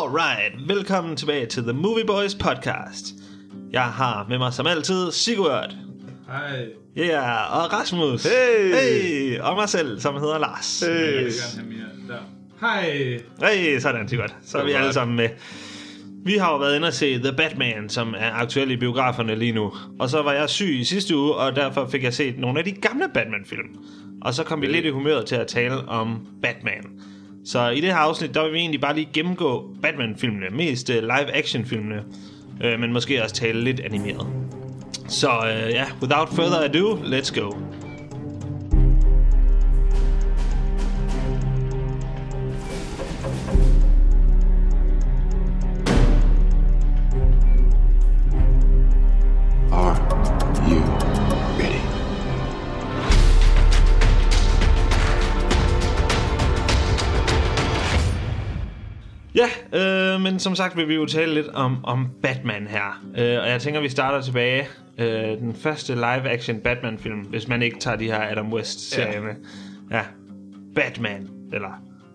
Alright, velkommen tilbage til The Movie Boys podcast. Jeg har med mig som altid Sigurd. Hej. Ja, yeah, og Rasmus. Hey. Og mig selv, som hedder Lars. Hey. Jeg vil gerne have mere der. Hej. Hey, sådan Sigurd. Så er vi alle sammen med. Vi har jo været inde og se The Batman, som er aktuel i biograferne lige nu. Og så var jeg syg i sidste uge, og derfor fik jeg set nogle af de gamle Batman-film. Og så kom vi lidt i humøret til at tale om Batman. Så i det her afsnit, der vil vi egentlig bare lige gennemgå Batman-filmene. Mest live-action-filmene, men måske også tale lidt animeret. Så ja, without further ado, let's go. Are you ready? Ja, men som sagt vil vi jo tale lidt om Batman her. Og jeg tænker, vi starter tilbage. Den første live-action Batman-film, hvis man ikke tager de her Adam West-serierne. Ja, Batman, eller...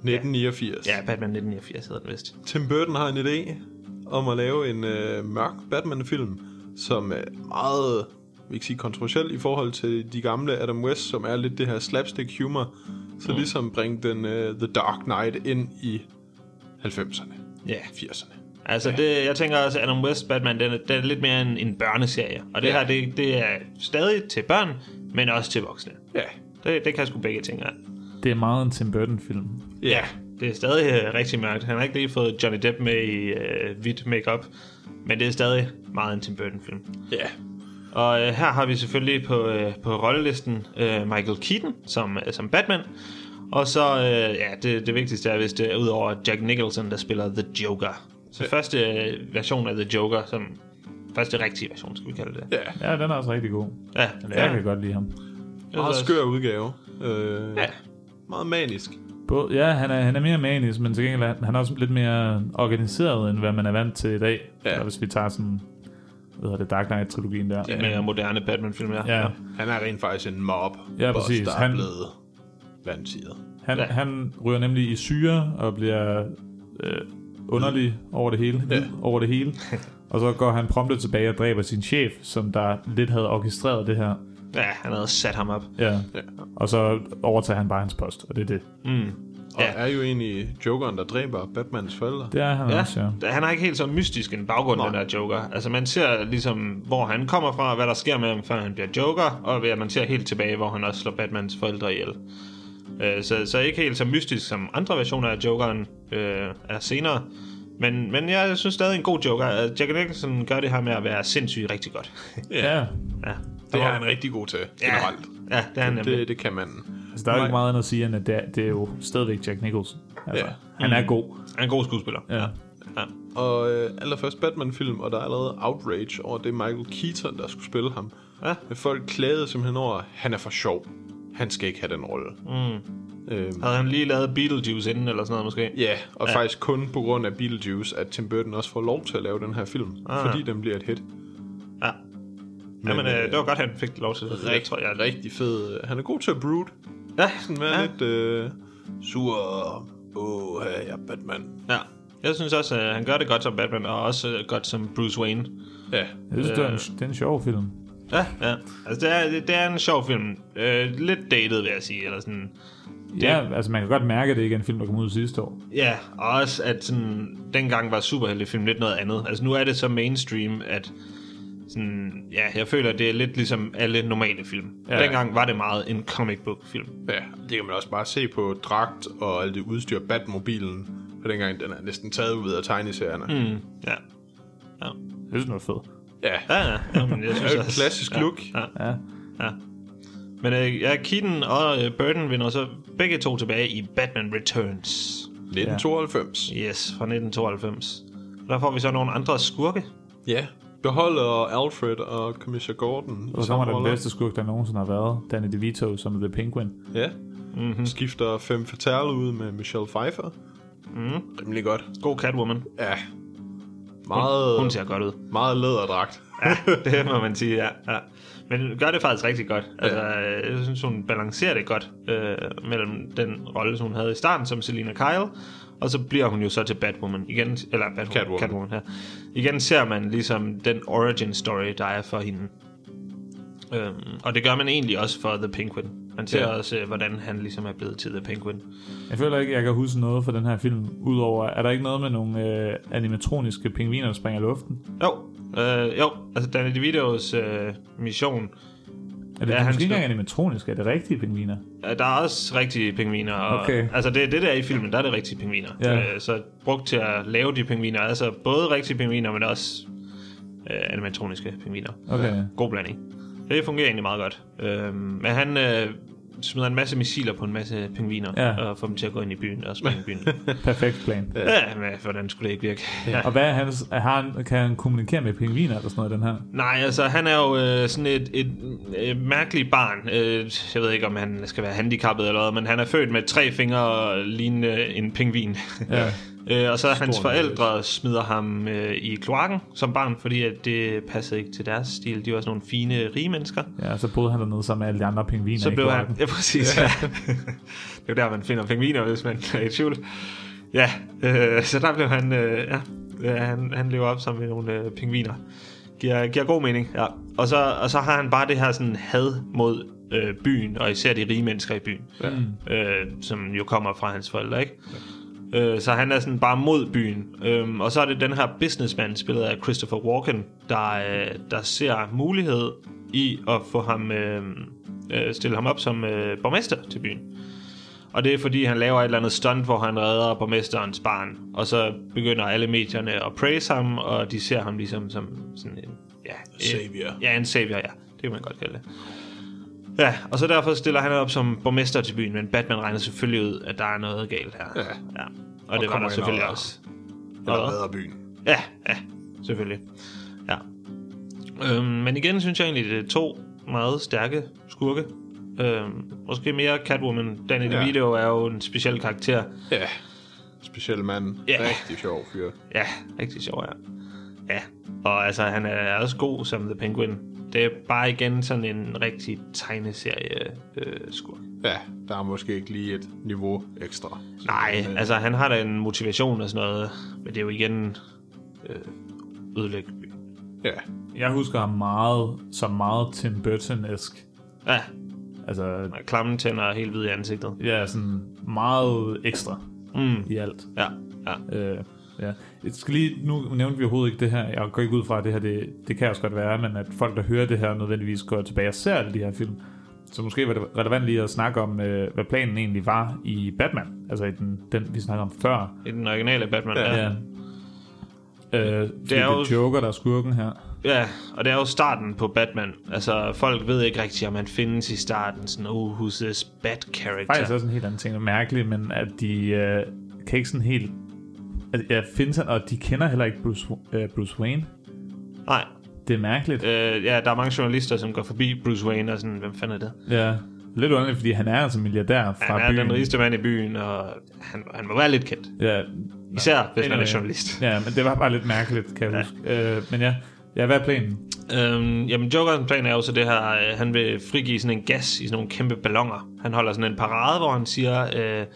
1989. Ja, Batman 1989 hedder den vist. Tim Burton har en idé om at lave en mørk Batman-film, som er meget, vi kan sige, kontroversiel i forhold til de gamle Adam West, som er lidt det her slapstick humor. Så ligesom bringe den The Dark Knight ind i 90'erne. Ja. 80'erne. Altså, det, jeg tænker også, at Adam West Batman, den er lidt mere en børneserie. Og det her, det er stadig til børn, men også til voksne. Ja. Det kan sgu begge ting. Det er meget en Tim Burton-film. Ja, det er stadig rigtig mørkt. Han har ikke lige fået Johnny Depp med i hvidt makeup, men det er stadig meget en Tim Burton-film. Ja. Og her har vi selvfølgelig på rollelisten Michael Keaton som Batman. Og så, det vigtigste er vist udover Jack Nicholson, der spiller The Joker. Så første version af The Joker, som første rigtige version, skal vi kalde det. Ja. Ja, den er også rigtig god. Ja, Jeg kan godt lide ham. Meget skør udgave. Ja. Meget manisk. Ja, han er mere manisk, men til gengæld han er også lidt mere organiseret, end hvad man er vant til i dag. Ja. Hvis vi tager sådan, Dark Knight-trilogien der. De mere moderne Batman-film, Ja. Han er rent faktisk en mob. Ja, præcis. Der er blevet vandsider. Han ryger nemlig i syre og bliver underlig over det hele. Ja. Over det hele. Og så går han prompte tilbage og dræber sin chef, som der lidt havde orkestreret det her. Ja, han havde sat ham op. Ja. Og så overtager han bare hans post, og det er det. Og er jo egentlig Jokeren, der dræber Batmans forældre. Det er han også, ja. Han har ikke helt så mystisk en baggrund, den der Joker. Altså man ser ligesom, hvor han kommer fra, hvad der sker med ham, før han bliver Joker, og man ser helt tilbage, hvor han også slår Batmans forældre ihjel. Så ikke helt så mystisk som andre versioner af Jokeren er senere. Men jeg synes stadig en god Joker. Jack Nicholson gør det her med at være sindssygt rigtig godt. Ja. Det er han rigtig god til, generelt. Ja, det er han nemlig. Det kan man. Altså, der er jo ikke meget andet at sige, end at det er jo stadigvæk Jack Nicholson. Altså, han er god. Han er en god skuespiller. Ja. Og allerførst Batman-film, og der er allerede outrage over det Michael Keaton, der skulle spille ham. Ja. Folk klagede simpelthen over, han er for sjov. Han skal ikke have den rolle. Havde han lige lavet Beetlejuice inden, eller sådan noget måske? Ja, og faktisk kun på grund af Beetlejuice, at Tim Burton også får lov til at lave den her film. Fordi den bliver et hit. Ja. Men det var godt, han fik lov til det. Rigtig fed. Han er god til at brood. Ja. Sådan være lidt sur. Jeg er Batman. Ja. Jeg synes også, at han gør det godt som Batman, og også godt som Bruce Wayne. Ja. Jeg synes, det er en sjov film. Ja. Altså, det er en sjov film. Lidt dated, vil jeg sige. Eller sådan. Ja, altså man kan godt mærke, at det ikke er en film, der kom ud sidste år. Ja, og også at sådan, dengang var superheltefilm lidt noget andet. Altså nu er det så mainstream, at sådan, ja, jeg føler, at det er lidt ligesom alle normale film. Ja. Dengang var det meget en comic book film. Ja, det kan man også bare se på dragt og alt det udstyr, Batmobilen. For dengang, den er næsten taget ud af tegneserierne. Ja. Jeg synes, det var fedt. Ja, Men jeg synes det er jo et også, klassisk look. Ja. Men Keaton og Burton vinder så begge to tilbage i Batman Returns. 1992. Yes, fra 1992. Der får vi så nogle andre skurke. Ja, beholder Alfred og Commissioner Gordon. Og så kommer der den bedste skurk, der nogensinde har været. Danny DeVito som The Penguin. Ja. Skifter Femme Fatale ud med Michelle Pfeiffer. Rimelig godt. God Catwoman. Ja. Meget, Hun ser godt ud. meget læderdragt. Ja, det må man sige, ja. Men gør det faktisk rigtig godt. Altså, jeg synes, hun balancerer det godt mellem den rolle, som hun havde i starten som Selina Kyle, Og så bliver hun jo så til Batwoman igen, eller Catwoman her. Igen ser man ligesom den origin story, der er for hende. Og det gør man egentlig også for The Penguin. Man ser også, hvordan han ligesom er blevet til The Penguin. Jeg føler ikke, jeg kan huske noget fra den her film, udover, er der ikke noget med nogle animatroniske pingviner, der springer i luften? Jo, altså Danny DeVitos mission. Er det måske ikke engang animatronisk? Er det rigtige pingviner? Der er også rigtige pingviner. Og, okay. Altså det der i filmen, der er det rigtige pingviner. Ja. Så brugt til at lave de pingviner. Altså både rigtige pingviner, men også animatroniske pingviner. Okay. God blanding. Det fungerer egentlig meget godt. Men han smider en masse missiler på en masse pingviner, og får dem til at gå ind i byen og springe i byen. Perfekt plan. Ja, men hvordan skulle det ikke virke? Ja. Og hvad er hans, kan han kommunikere med pingviner eller sådan noget, den her? Nej, altså han er jo sådan et mærkeligt barn. Jeg ved ikke, om han skal være handicappet eller noget, men han er født med 3 fingre og lignende en pingvin. Ja. Og så hans forældre smider ham i kloakken som barn, fordi at det passede ikke til deres stil. De var sådan nogle fine, rige mennesker. Ja, så boede han dernede sammen med alle de andre pingviner. Så blev han, ja, præcis. Ja. Det er jo der, man finder pingviner, hvis man er i tvivl. Ja, så der blev han, han lever op sammen med nogle pingviner. Giver god mening, ja. Og så har han bare det her sådan had mod byen, og især de rige mennesker i byen, som jo kommer fra hans forældre, ikke? Ja. Så han er sådan bare mod byen. Og så er det den her businessman, spillet af Christopher Walken, der ser mulighed i at få ham stille ham op som borgmester til byen. Og det er fordi han laver et eller andet stunt, hvor han redder borgmesterens barn. Og så begynder alle medierne at praise ham, og de ser ham ligesom som sådan en savior. Ja, en savior, ja. Det kan man godt kalde det. Ja, og så derfor stiller han op som borgmester til byen, men Batman regner selvfølgelig ud, at der er noget galt her. Ja. Og det var der selvfølgelig også. Og redder byen. Ja, selvfølgelig. Ja. Men igen synes jeg egentlig, det er 2 meget stærke skurke. Måske mere Catwoman. Danny DeVito er jo en speciel karakter. Ja, speciel mand. Rigtig sjov fyr. Ja, rigtig sjov, ja. Og altså, han er også god som The Penguin. Det er bare igen sådan en rigtig tegneserie skurk. Ja, der er måske ikke lige et niveau ekstra. Nej, altså han har da en motivation og sådan noget, men det er jo igen ødelægge byen. Ja. Jeg husker ham meget Tim Burton-esk. Ja. Altså klamme tænder helt hvide i ansigtet. Ja, sådan meget ekstra i alt. Ja. Ja. Jeg skal lige, nu nævnte vi overhovedet ikke det her. Jeg går ikke ud fra, at det her, det kan også godt være, men at folk, der hører det her, nødvendigvis går tilbage og ser alle de her film. Så måske var det relevant lige at snakke om, hvad planen egentlig var i Batman. Altså i den vi snakker om før. I den originale Batman, ja. Det er jo Joker, der er skurken her. Ja, og det er jo starten på Batman. Altså, folk ved ikke rigtigt, om han findes i starten. Sådan, who's this bad character? Faktisk også en helt anden ting, der er mærkeligt, men at de kan ikke sådan helt... findes han, og de kender heller ikke Bruce Wayne. Nej. Det er mærkeligt. Ja, der er mange journalister, som går forbi Bruce Wayne og sådan, hvem fanden er det? Ja, lidt underligt, fordi han er altså milliardær fra byen. Han er den rigeste mand i byen, og han må være lidt kendt. Ja. Især, hvis man er journalist. Ja, men det var bare lidt mærkeligt, kan jeg huske. Men ja, hvad er planen? Jamen, Joker's plan er jo så det her, han vil frigive sådan en gas i sådan nogle kæmpe balloner. Han holder sådan en parade, hvor han siger...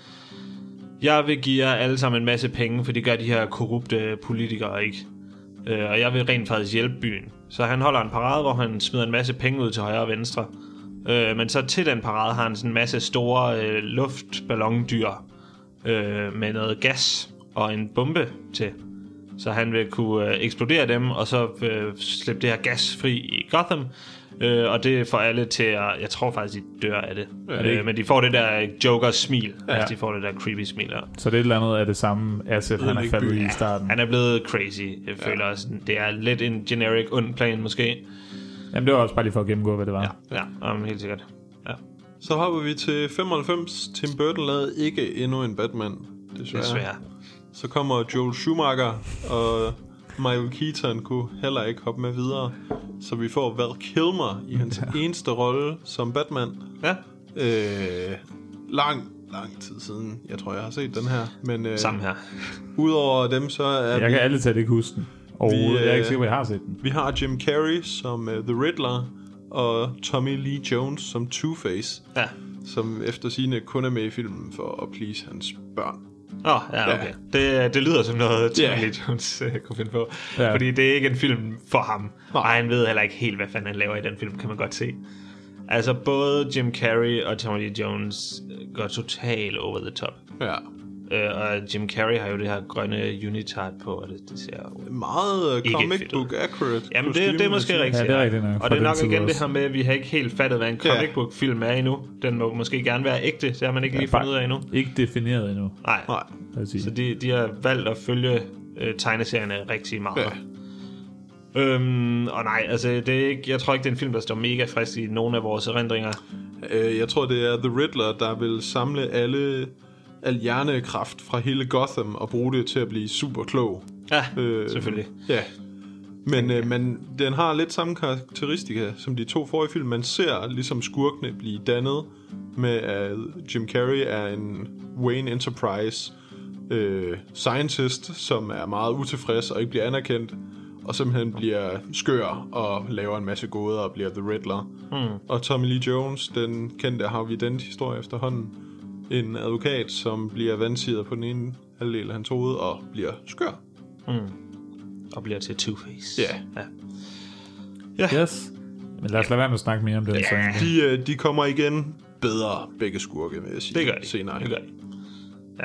jeg vil give jer alle sammen en masse penge, for det gør de her korrupte politikere ikke. Og jeg vil rent faktisk hjælpe byen. Så han holder en parade, hvor han smider en masse penge ud til højre og venstre. Men så til den parade har han sådan en masse store luftballondyr med noget gas og en bombe til. Så han vil kunne eksplodere dem, og så slippe det her gas fri i Gotham. Og det får alle til at... Jeg tror faktisk, de dør af det. Men de får det der Joker-smil. Ja. Altså, de får det der creepy smil der. Så det er et eller andet af det samme asset, han er faldet i starten. Han er blevet crazy. Jeg føler også, det er lidt en generic ond plan, måske. Jamen, det var også bare lige for at gennemgå, hvad det var. Ja, helt sikkert. Ja. Så hopper vi til 95. Tim Burton lavede ikke endnu en Batman. Desværre. Så kommer Joel Schumacher, og Michael Keaton kunne heller ikke hoppe med videre. Så vi får Val Kilmer i hans eneste rolle som Batman. Ja. Lang tid siden, jeg tror, jeg har set den her. Men sammen her. Udover dem, så er jeg kan alle til ikke huske den. Og jeg er ikke sikker på, jeg har set den. Vi har Jim Carrey som The Riddler, og Tommy Lee Jones som Two-Face. Ja. Som efter sigende kun er med i filmen for at please hans børn. Ja, okay. Det lyder som noget, Tommy Lee Jones kunne finde på. Ja. Fordi det er ikke en film for ham. Og han ved heller ikke helt, hvad fanden han laver i den film, kan man godt se. Altså, både Jim Carrey og Tommy Lee Jones går totalt over the top. Ja. Og Jim Carrey har jo det her grønne unitard på, og det ser jo meget comic book accurate. Jamen, det er måske rigtigt. Ja, det er rigtigt nok. Og det er nok igen det her med, at vi har ikke helt fattet, hvad en comic book film er endnu. Den må måske gerne være ægte, det har man ikke lige fundet ud af endnu. Ikke defineret endnu. Nej. Så de har valgt at følge tegneserierne rigtig meget. Ja. Og nej, altså det er ikke, jeg tror ikke, det er en film, der står mega frisk i nogle af vores erindringer. Jeg tror, det er The Riddler, der vil samle al hjernekraft fra hele Gotham og bruge det til at blive super klog. Ja, selvfølgelig. Ja. Men den har lidt samme karakteristika som de to forrige film. Man ser ligesom skurkene blive dannet med, at Jim Carrey er en Wayne Enterprise scientist, som er meget utilfreds og ikke bliver anerkendt, og simpelthen bliver skør og laver en masse gåder og bliver The Riddler. Og Tommy Lee Jones, den kendte Harvey Dent-historie efterhånden, en advokat, som bliver vandsider på den ene halvdel af hans hoved og bliver skør. Og bliver til Two-Face. Ja. Yes. Men lad os lade være med at snakke mere om den. De kommer igen bedre, begge skurke, vil jeg sige. Det gør de. Senere. Det gør de. Ja.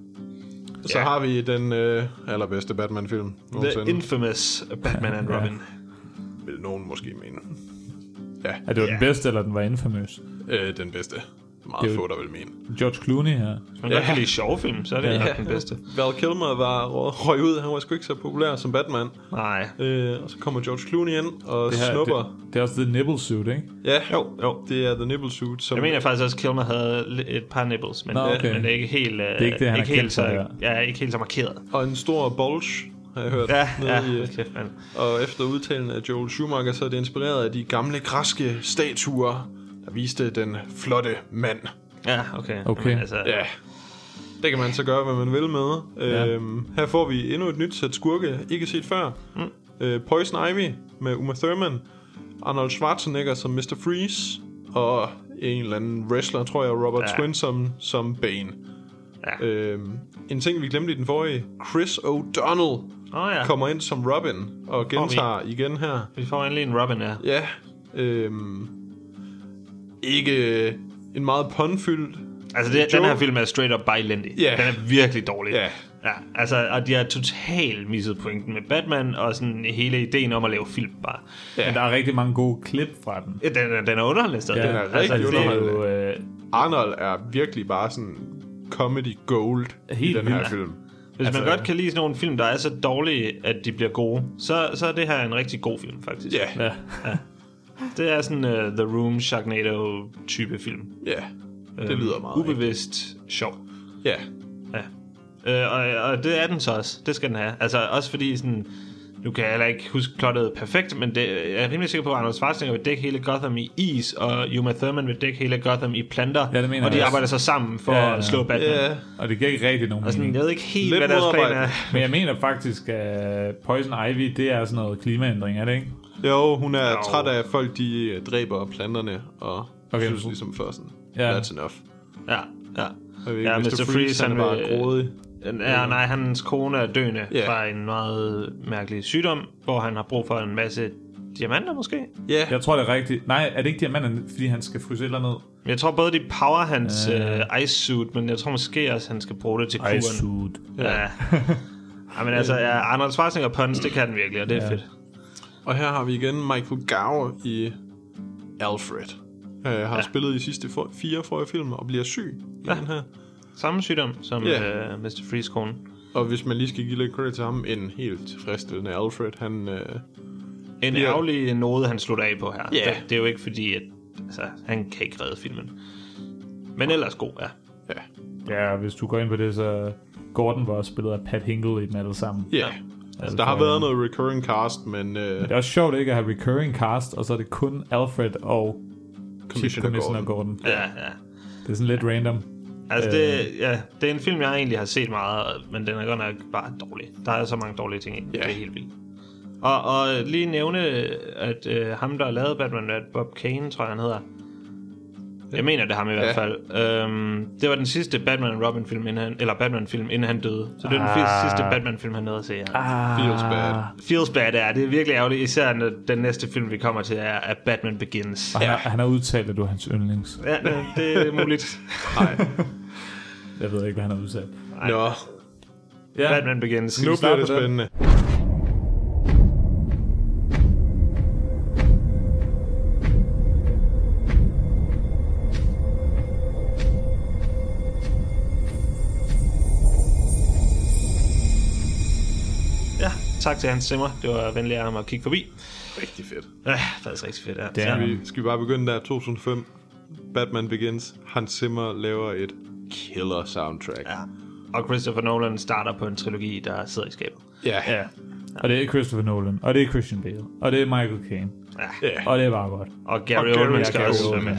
Så har vi den allerbedste Batman-film nogensinde. The infamous Batman and Robin. Vil nogen måske mene. Ja. Er det den bedste, eller den var infamous? Den bedste. Meget få, der vil mene. George Clooney her. Hvis man godt kan lide sjove film, så er det nok den bedste. Val Kilmer røg ud. Han var sgu ikke så populær som Batman. Nej. Og så kommer George Clooney ind og snupper. Det er også The Nibble Suit, ikke? Ja, jo. Det er The Nibble Suit. Som jeg mener faktisk også, at Kilmer havde et par nipples, men, men det er ikke helt... det er ikke det, han ikke helt så, ikke helt så markeret. Og en stor bulge, har jeg hørt. Kæft, man. Og efter udtalen af Joel Schumacher, så er det inspireret af de gamle græske statuer, der viste den flotte mand. Ja, okay. Men, altså, ja, det kan man så gøre, hvad man vil med. Her får vi endnu et nyt sæt skurke, ikke set før. Poison Ivy med Uma Thurman, Arnold Schwarzenegger som Mr. Freeze, og en eller anden wrestler, tror jeg, Robert Swinson som Bane. Ja. En ting, vi glemte i den forrige, Chris O'Donnell kommer ind som Robin, og gentager igen her. Vi får endelig en Robin, Ja. Ikke en meget pun-fyldt. Altså den her film er straight up bare elendig. Den er virkelig dårlig. Ja, altså, og de har totalt misset pointen med Batman, og sådan hele ideen om at lave film bare. Ja. Men der er rigtig mange gode klip fra den. Den er underholdende stadig. Den er rigtig underholdende. Arnold er virkelig bare sådan comedy gold i den her film. Hvis man godt kan lide sådan nogle film, der er så dårlige, at de bliver gode, så er det her en rigtig god film, faktisk. Ja. Det er sådan The Room, Sharknado-type film. Ja, det lyder meget ubevidst sjov. Ja. Og det er den så også. Det skal den have. Altså også fordi sådan... Nu kan jeg heller ikke huske plottet perfekt, men jeg er rimelig sikker på, at Arnold Schwarzenegger vil dække hele Gotham i is, og Uma Thurman vil dække hele Gotham i planter, og de arbejder så sammen for at slå Batman. Ja. Og det giver ikke rigtig nogen mening. Jeg ved ikke helt, hvad deres plan er. Men jeg mener faktisk, at Poison Ivy, det er sådan noget klimaændring, er det ikke? Jo, hun er træt af, at folk de dræber planterne, og synes ligesom for sådan, that's enough. Ja, Mr. Freeze, han er bare grådig. Nej, hans kone er døende fra en meget mærkelig sygdom, hvor han har brug for en masse diamanter måske. Jeg tror det er rigtigt. Nej, er det ikke diamanter, fordi han skal fryse eller noget? Jeg tror både de power hans ice suit, men jeg tror måske også han skal bruge det til kuren. Ice suit. Men altså Arnold Schwarzenegger puns, det kan den virkelig, og det er fedt. Og her har vi igen Michael Gough i Alfred. Har spillet i sidste 4 forrige film og bliver syg i den her. Samme sygdom som Mr. Freeze kone. Og hvis man lige skal give lidt credit til ham, en helt tilfredsstillende Alfred, han... en ærgerlig node, han slutter af på her. Det er jo ikke fordi, at han kan ikke redde filmen. Men ellers god, Ja, hvis du går ind på det, så Gordon var også spillet af Pat Hingle i den alle sammen. Altså, der har været noget recurring cast, men... det er også sjovt ikke at have recurring cast, og så er det kun Alfred og Commissioner Gordon. Ja. Det er sådan lidt random. Altså, det er en film, jeg egentlig har set meget, men den er godt nok bare dårlig. Der er så mange dårlige ting i. Det er helt vildt. Og lige nævne, at ham, der lavede Batman, Bob Kane, tror jeg, han hedder. Jeg mener det ham i hvert fald. Det var den sidste Batman and Robin film Batman-film, inden han døde. Så det var den sidste Batman-film, han nåede at se. Ja. Feels bad. Feels bad, ja. Det er virkelig ærgerligt. Især når den næste film, vi kommer til, er Batman Begins. Og han har udtalt, at du er hans yndlings. Ja, det er muligt. Nej. Jeg ved ikke, hvad han har udtalt. Nå. Ja. Batman Begins. Nu bliver det spændende. Tak til Hans Zimmer. Det var venligt af ham at kigge forbi. Rigtig fedt. Ja, faktisk rigtig fedt, ja. Skal vi bare begynde der? 2005. Batman Begins. Hans Zimmer laver et killer soundtrack. Ja. Og Christopher Nolan starter på en trilogi, der sidder i skabet. Ja. Og det er Christopher Nolan. Og det er Christian Bale. Og det er Michael Caine. Ja. Og det er bare godt. Og Gary Oldman skal også være med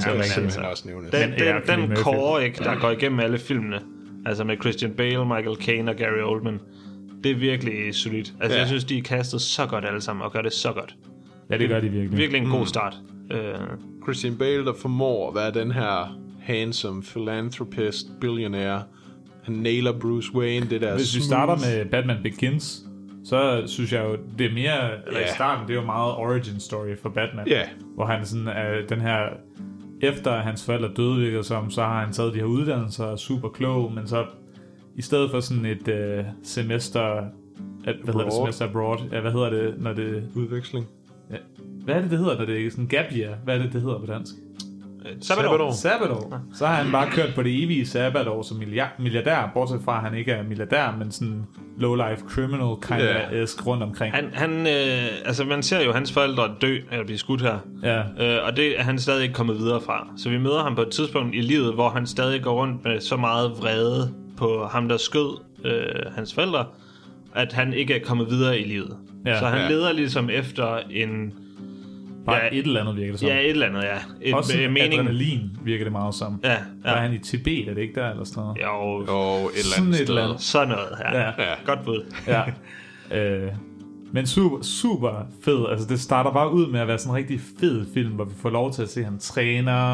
til. Den core, ikke, der går igennem alle filmene. Altså med Christian Bale, Michael Caine og Gary Oldman. Det er virkelig solidt. Altså, jeg synes, de er kastet så godt alle sammen, og gør det så godt. Ja, det gør de virkelig. Virkelig en god start. Christian Bale, der formår at være den her handsome philanthropist, billionaire. Han nailer Bruce Wayne, det der Hvis vi starter med Batman Begins, så synes jeg jo, det er mere... Eller i starten, det er jo meget origin story for Batman. Hvor han sådan er den her... Efter hans forældre døde, virker som, så har han taget de her uddannelser, og super klog, men så... I stedet for sådan et semester... Hvad hedder det? Semester abroad? Ja, hvad hedder det, når det... Udveksling. Ja. Hvad er det hedder, når det er sådan gap year? Hvad er det hedder på dansk? Sabbatår. Så har han bare kørt på det evige sabbatår som milliardær, bortset fra, at han ikke er milliardær, men sådan low-life criminal kind of rundt omkring. Altså, man ser jo hans forældre dø, eller blive skudt her. Ja. Og det er han stadig ikke kommet videre fra. Så vi møder ham på et tidspunkt i livet, hvor han stadig går rundt med så meget vrede på ham, der skød hans forældre, at han ikke er kommet videre i livet. Så han leder ligesom efter en... Bare et eller andet virker det som. Ja, et eller andet, ja. Også adrenalin virker det meget som. Ja. Der er han i Tibet, er det ikke der, eller sådan noget? Jo, et eller andet sted. Sådan noget, ja. Godt bud. Ja. Men super fed. Altså, det starter bare ud med at være sådan en rigtig fed film, hvor vi får lov til at se, han træner,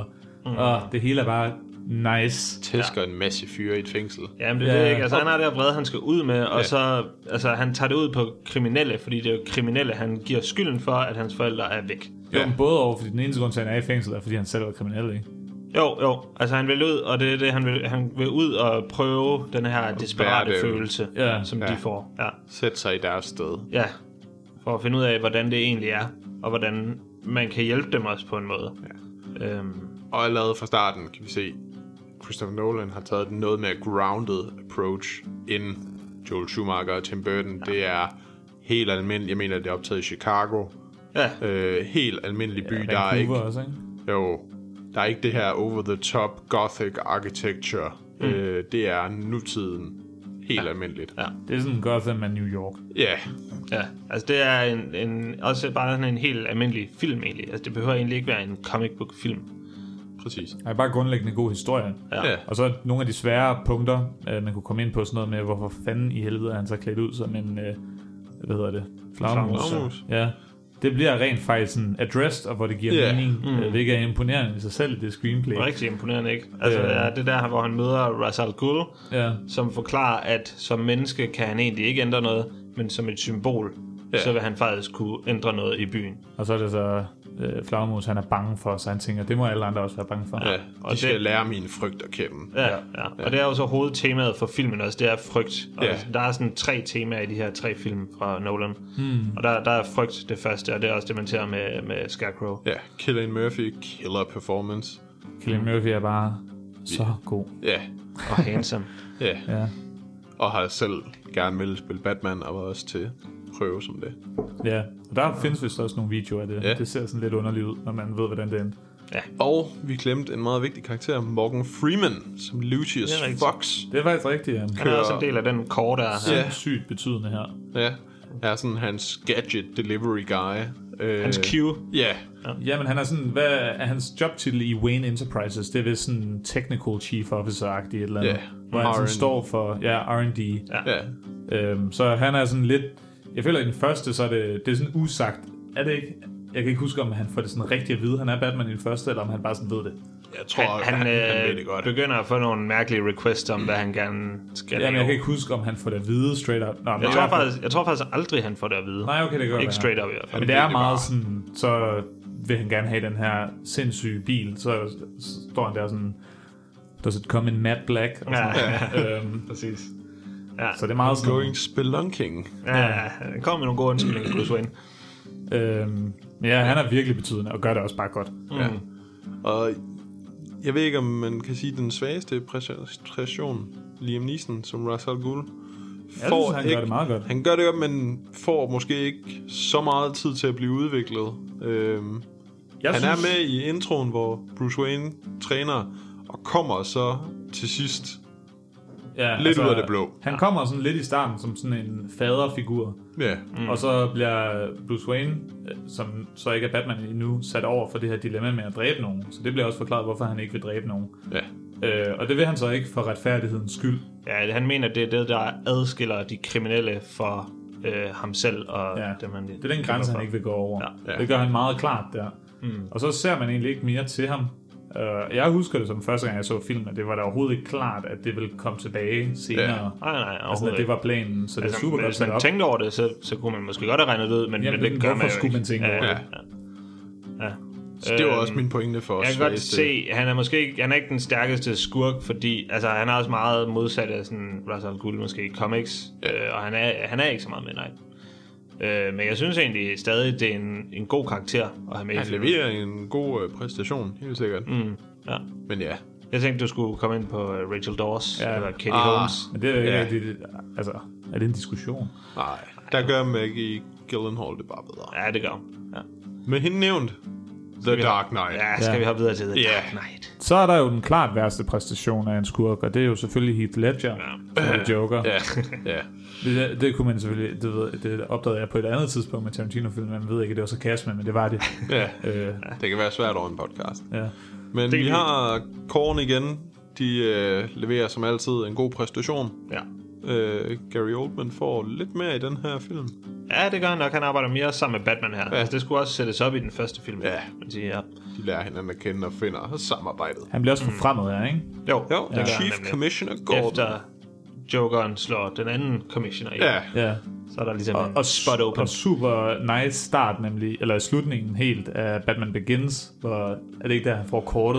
og det hele er bare nice. Tæsker en masse fyre i et fængsel. Jamen det er det ikke. Altså han har det her vrede, han skal ud med, og så altså han tager det ud på kriminelle, fordi det er jo kriminelle, han giver skylden for, at hans forældre er væk. Jo, men både over, fordi den eneste grund til, at han er i fængsel, er, fordi han selv er kriminel, ikke? Jo. Altså han vil ud, og det er det, han vil ud og prøve den her desperate følelse, som de får. Ja. Sæt sig i deres sted. Ja, for at finde ud af, hvordan det egentlig er, og hvordan man kan hjælpe dem også på en måde. Ja. Og allerede fra starten kan vi se, Christopher Nolan har taget noget mere grounded approach end Joel Schumacher og Tim Burton. Ja. Det er helt almindeligt. Jeg mener, det er optaget i Chicago. Ja. Helt almindelig by. Der er ikke, også, ikke? Jo, der er ikke det her over-the-top gothic architecture. Det er nutiden. Helt almindeligt. Ja. Det er sådan Gotham af New York. Ja. Ja, altså det er også bare sådan en helt almindelig film egentlig. Altså det behøver egentlig ikke være en comic book film. Præcis. Det er bare grundlæggende god historie. Ja. Og så nogle af de svære punkter, man kunne komme ind på, sådan noget med, hvorfor fanden i helvede er han så klædt ud som en, hvad hedder det? Flagermus. Ja. Det bliver rent faktisk sådan addressed, og hvor det giver mening, hvilket er imponerende i sig selv, det screenplay. Rigtig imponerende, ikke? Altså det der, hvor han møder Ra's al Ghul, som forklarer, at som menneske kan han egentlig ikke ændre noget, men som et symbol, så vil han faktisk kunne ændre noget i byen. Og så er det så Flagermus, han er bange for, så han tænker, det må alle andre også være bange for. Ja, og de skal lære mine frygt at kende. Ja. Og det er jo så hovedtemaet for filmen også, det er frygt. Og der er sådan 3 temaer i de her 3 film fra Nolan. Og der er frygt det første, og det er også det, man ser med Scarecrow. Ja, Cillian Murphy, killer performance. Cillian Murphy er bare så god. Ja. Og handsome. Ja. Og har selv gerne ville spille Batman, og var også til prøve som det. Ja, og der findes vist også nogle videoer af det. Ja. Det ser sådan lidt underligt ud, når man ved, hvordan det endte. Ja. Og vi glemte en meget vigtig karakter, Morgan Freeman, som Lucius Fox. Det er faktisk rigtigt, ja. Han er også en del af den kort, der er sygt betydende her. Ja, er sådan hans gadget delivery guy. Hans Q. Ja, men han er sådan, hvad er hans jobtitel i Wayne Enterprises? Det er vist sådan technical chief officer-agtigt et eller andet. Hvor han sådan står for, R&D. Så han er sådan lidt, jeg føler i den første, så er det er sådan usagt. Er det ikke? Jeg kan ikke huske, om han får det sådan rigtig at vide, han er Batman i den første, eller om han bare sådan ved det. Jeg tror, han ved det godt. begynder at få nogle mærkelige requests om, hvad han gerne skal Jamen, jeg lave. kan ikke huske, om han får det at vide straight up. Nå, men Jeg tror faktisk aldrig, han får det at vide. Nej, okay, det gør Ikke straight up i hvert fald. Men det er meget sådan, så vil han gerne have den her sindssyge bil, så står han der sådan, does it come in matte black? Og sådan. Præcis. Ja. Så det er meget sådan... Going spelunking. Ja, det kommer med nogle gode undskyldninger, Bruce Wayne. Men ja, han er virkelig betydende, og gør det også bare godt. Ja. Og jeg ved ikke, om man kan sige, den svageste præstation, Liam Neeson som Ra's al Ghul, Jeg synes, han gør det meget godt. Han gør det godt, men får måske ikke så meget tid til at blive udviklet. Han er med i introen, hvor Bruce Wayne træner, og kommer så til sidst lidt ud af det blå. Han kommer sådan lidt i starten som sådan en faderfigur. Ja. Og så bliver Bruce Wayne, som så ikke er Batman endnu, sat over for det her dilemma med at dræbe nogen. Så det bliver også forklaret, hvorfor han ikke vil dræbe nogen. Ja. Og det vil han så ikke for retfærdighedens skyld. Ja, han mener, det er det, der adskiller de kriminelle for ham selv og dem, han... Det er den grænse, han ikke vil gå over. Ja. Det gør han meget klart der. Og så ser man egentlig ikke mere til ham. Jeg husker det som første gang, jeg så filmen, at det var da overhovedet ikke klart, at det ville komme tilbage senere. Nej, altså, at det var planen, så det er super godt Hvis man tænkte over det, så kunne man måske godt have regnet det ud, men det gør man jo skulle man tænke over det? Ja. Så det var også min pointe for os. Jeg kan godt se, han er ikke den stærkeste skurk, fordi altså, han er også meget modsat af sådan Ra's al Ghul måske i comics, og han er ikke så meget med, nej. Men jeg synes egentlig stadig, det er en god karakter at have med. Han leverer en god præstation, helt sikkert. Ja. Men ja. Jeg tænkte, du skulle komme ind på Rachel Dawes eller Katie Holmes. Men det er jo ikke rigtig... Altså, er det en diskussion? Nej, der gør Maggie Gyllenhaal det bare bedre. Ja, det gør. Ja. Med hende nævnt, The Dark Knight. Ja, skal vi hoppe videre til The Dark Knight. Så er der jo den klart værste præstation af en skurk, og det er jo selvfølgelig Heath Ledger, som er Joker. Ja. Det kunne man selvfølgelig, det opdagede jeg på et andet tidspunkt med Tarantino-filmen, man ved ikke, at det var sarkasme, men det var det. Ja, det kan være svært over en podcast. Ja. Men vi har Korn igen. De leverer som altid en god præstation. Ja. Gary Oldman får lidt mere i den her film. Ja, det gør han nok. Han arbejder mere sammen med Batman her. Ja. Altså, det skulle også sættes op i den første film. Ja. Ja. De lærer hinanden at kende og finder samarbejdet. Han bliver også forfremmet her, ikke? Jo, det Chief Commissioner Gordon. Efter Jokeren slår den anden commissioner i. Ja. Så er der ligesom en spot open. Og super nice start, nemlig, eller slutningen helt af Batman Begins, hvor er det ikke der, han får kortet,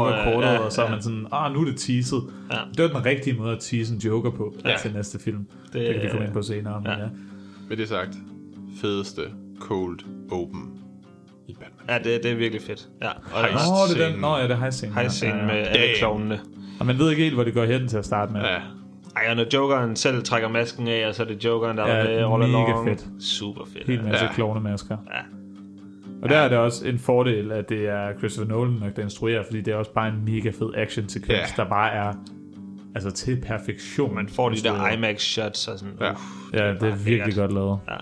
og så er man sådan, nu er det teaset. Ja. Det var den rigtige måde at tease en Joker på til næste film. Det kan vi komme ind på senere. Men med det sagt, fedeste cold open i Batman. Ja, det er virkelig fedt. Ja. Det er den. Det er heist-scenen. Heist-scenen med alle klovnene. Og man ved ikke helt, hvor det går hen til at starte med. Ja. Ej, og når Jokeren selv trækker masken af, og så er det Jokeren, der er med all along. Fedt. Super fedt. Helt masse klovnemasker. Ja. Og der er det også en fordel, at det er Christopher Nolan, der instruerer, fordi det er også bare en mega fed action-sekvens, der bare er altså til perfektion. Man får de der IMAX-shots og sådan. Ja, det er virkelig godt lavet. Ja.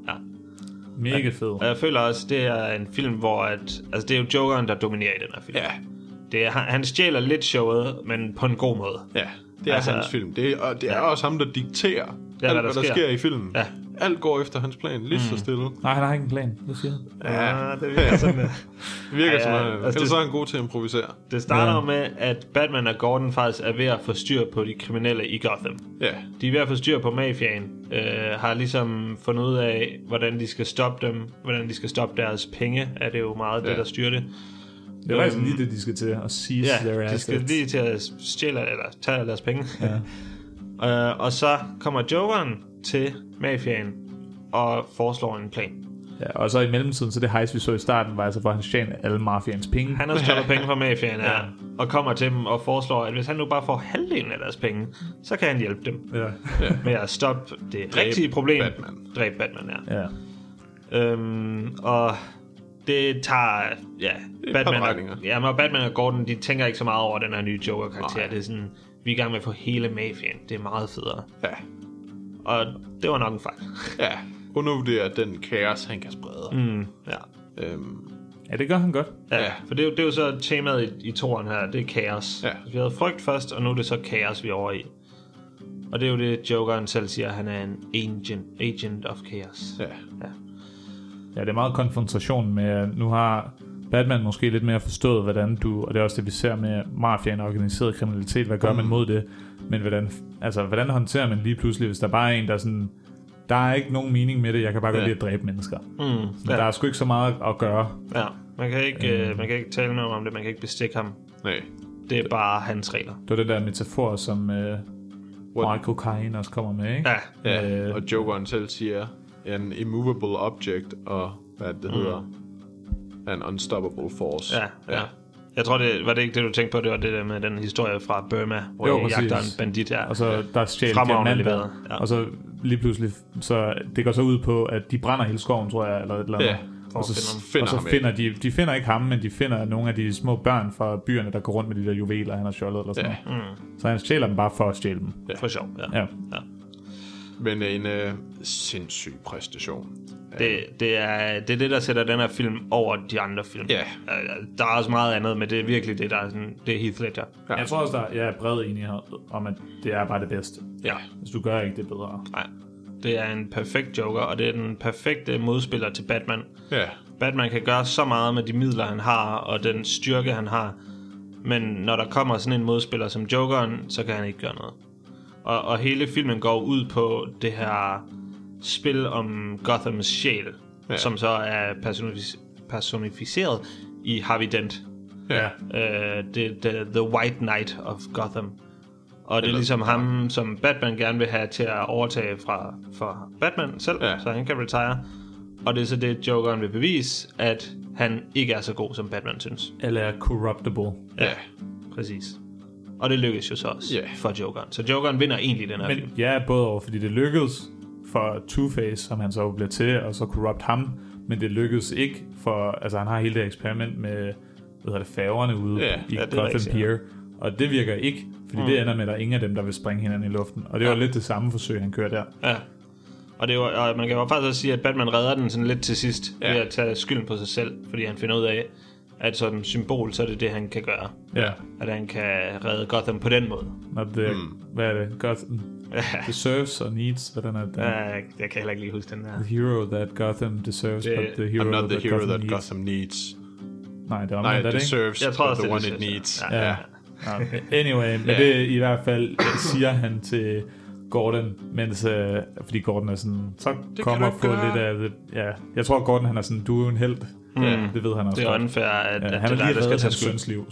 Mega fed. Og jeg føler også, det er en film, hvor det er jo Jokeren, der dominerer i den her film. Ja. Han stjæler lidt showet, men på en god måde. Ja, det er hans film. Det er også ham, der dikterer alt, hvad der sker i filmen. Ja. Alt går efter hans plan, lige så stille. Nej, han har ikke en plan, det siger han. Det virker sådan. Det virker som ellers så er han god til at improvisere. Det starter med, at Batman og Gordon faktisk er ved at få styr på de kriminelle i Gotham. Ja. De er ved at få styr på mafiaen. Har ligesom fundet ud af, hvordan de skal stoppe dem, hvordan de skal stoppe deres penge, er det jo meget det, der styrer det. Det er faktisk lige det, de skal til at seize their assets. de skal lige til at stjæle eller tage deres penge. Ja. Og så kommer Jokeren til mafiaen og foreslår en plan. Ja, og så i mellemtiden, så det heist, vi så i starten, var altså, hvor han stjal alle mafians penge. Han har stjålet penge fra mafiaen, og kommer til dem og foreslår, at hvis han nu bare får halvdelen af deres penge, så kan han hjælpe dem med at stoppe det rigtige problem. Dræbe Batman, og det tager Batman og Gordon, de tænker ikke så meget over den her nye Joker-karakter. Det er sådan, vi er i gang med at få hele mafiaen. Det er meget federe. Ja. Og det var nok en fejl. Ja, undervurderer den kaos, han kan sprede. Ja, det gør han godt. Ja, for det er jo så temaet i toren her, det er kaos. Ja. Vi havde frygt først, og nu er det så kaos, vi er over i. Og det er jo det, Jokeren selv siger, han er en agent of chaos. Ja. Ja, det er meget konfrontation med, nu har Batman måske lidt mere forstået, hvordan du, og det er også det, vi ser med mafiaen og organiseret kriminalitet, hvad gør man mod det, men hvordan håndterer man lige pludselig, hvis der bare er en, der sådan, der er ikke nogen mening med det, jeg kan bare godt lide at dræbe mennesker. Der er sgu ikke så meget at gøre. Ja, man kan ikke tale noget om det, man kan ikke bestikke ham. Nej. Det er bare hans regler. Det var den der metafor, som Michael Caine også kommer med, ikke? Ja, og Jokeren selv siger, en immovable object, og hvad det hedder, an unstoppable force. Ja. Jeg tror, det var det ikke det, du tænkte på, det var det der med den historie fra Burma, hvor de jagter en bandit her. Og så der stjæl diamanter, og så lige pludselig, så det går så ud på, at de brænder hele skoven, tror jeg, eller et eller andet. Ja. Og så finder de finder ikke ham, men de finder nogle af de små børn fra byerne, der går rundt med de der juveler, han har stjålet eller sådan noget. Så han stjæler dem bare for at stjæle dem. Ja. For sjov, ja. Men en sindssyg præstation. Det er det, der sætter den her film over de andre film. Ja. Der er også meget andet, men det er virkelig det, der er sådan, det er Heath Ledger. Ja. Jeg tror også, der er bred enighed om, at det er bare det bedste. Ja. Hvis du gør ikke det bedre. Nej. Det er en perfekt Joker, og det er den perfekte modspiller til Batman. Ja. Batman kan gøre så meget med de midler, han har, og den styrke, han har. Men når der kommer sådan en modspiller som Jokeren, så kan han ikke gøre noget. Og hele filmen går ud på det her spil om Gothams sjæl, som så er personificeret i Harvey Dent. Ja. The White Knight of Gotham. Og det er ligesom ham, som Batman gerne vil have til at overtage fra Batman selv, så han kan retire. Og det er så det, Jokeren vil bevise, at han ikke er så god, som Batman synes. Eller er corruptible. Ja, præcis. Og det lykkes jo så også for Jokeren. Så Jokeren vinder egentlig den her film. Ja, både over, fordi det lykkedes for Two-Face, som han så bliver til, og så corrupt ham. Men det lykkedes ikke for... Altså, han har hele det eksperiment med færgerne ude i Gotham Pier. Og det virker ikke, fordi det ender med, at der er ingen af dem, der vil springe hinanden i luften. Og det var lidt det samme forsøg, han kører der. Ja. Og man kan jo faktisk også sige, at Batman redder den sådan lidt til sidst ved at tage skylden på sig selv, fordi han finder ud af, at som symbol, så er det det, han kan gøre. Ja. At han kan redde Gotham på den måde. Hvad er det? Gotham deserves or needs? Hvordan er det? Jeg kan heller ikke lige huske den her. The hero that Gotham deserves, but the hero I'm not the hero that needs. Gotham needs. Nej, det var Nej, det ikke. deserves, jeg tror også, the one det it needs. Ja. Okay. Anyway, men det i hvert fald siger han til Gordon, mens fordi Gordon er sådan, så kommer på lidt af det. Ja, jeg tror Gordon han er sådan, du er en helt. Det ved han også. Det er unfair, at han det har lige der skal reddet tage hans skyld. søns liv.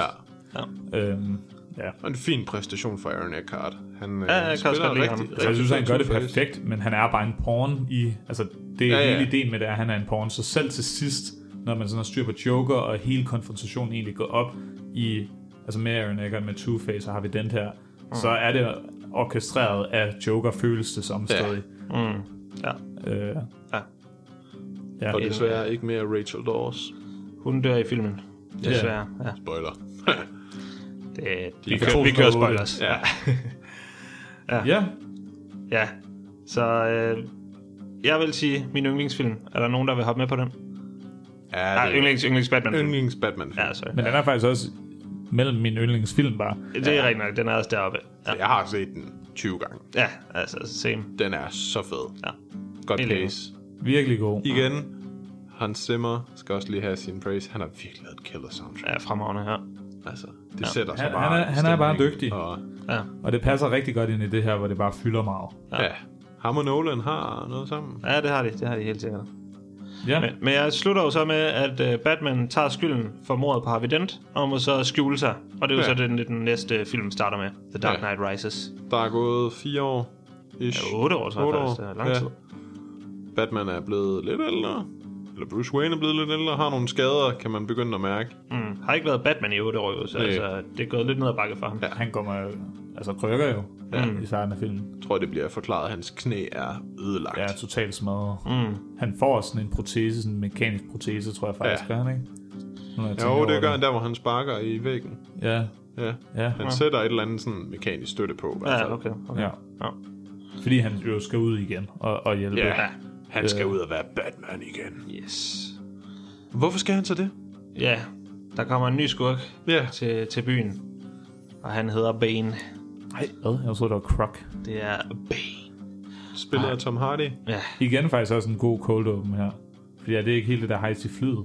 Ja. Og en fin præstation for Aaron Eckhart. Han jeg spiller rigtig jeg synes, han gør det perfekt, men han er bare en pawn i... Altså, det er hele ideen med det, at han er en pawn. Så selv til sidst, når man sådan har styr på Joker, og hele konfrontationen egentlig går op i... Altså med Aaron Eckhart, med Two-Face, og har vi den her, så er det orkestreret af Joker, føles det som stadig. Og desværre ikke mere Rachel Dawes. Hun dør i filmen. Desværre. Ja. Spoiler. Vi kører spoilers. Ja. Så jeg vil sige min yndlingsfilm. Er der nogen, der vil hoppe med på den? Yndlings Batman film. Yndlings Batman film. Ja, sorry. Men den er faktisk også mellem min yndlingsfilm bare. Det er rigtigt nok, den er også deroppe. Ja. Jeg har set den 20 gange. Ja, altså same. Den er så fed. Ja. Godt pace. Virkelig god. Igen, Hans Zimmer skal også lige have sin praise. Han har virkelig lavet et killer soundtrack. Ja, fremragende her. Altså, det sætter sig bare. Han er bare dygtig. Og det passer rigtig godt ind i det her, hvor det bare fylder meget. Ja. Ham og Nolan har noget sammen. Ja, det har de helt sikkert. Ja. Men jeg slutter jo så med, at Batman tager skylden for mordet på Harvey Dent, og må så skjule sig. Og det er jo så den næste film starter med, The Dark Knight Rises. Der er gået 4 år. Ish. Ja, 8 år, tror jeg faktisk. Det er lang tid. Batman er blevet lidt ældre. Eller Bruce Wayne er blevet lidt ældre. Har nogle skader, kan man begynde at mærke. Har ikke været Batman i 8 år, så altså, det er gået lidt ned ad bakke for ham. Ja. Han kommer krykker jo i starten af filmen. Jeg tror, det bliver forklaret, at hans knæ er ødelagt. Ja, totalt smadret. Han får sådan en protese, sådan en mekanisk protese, tror jeg faktisk, gør han ikke? Jo, det gør han der, hvor han sparker i væggen. Ja. Han sætter et eller andet sådan mekanisk støtte på. Ja, okay. Ja. Fordi han jo skal ud igen og hjælpe. Ja, han skal ud og være Batman igen. Yes. Hvorfor skal han så det? Ja, der kommer en ny skurk til byen, og han hedder Bane. Nej, jeg tror det var Croc. Det er Bane. Spillet af Tom Hardy. Ja. Igen faktisk også en god cold open her. Fordi det er ikke helt det der hejs i flyet.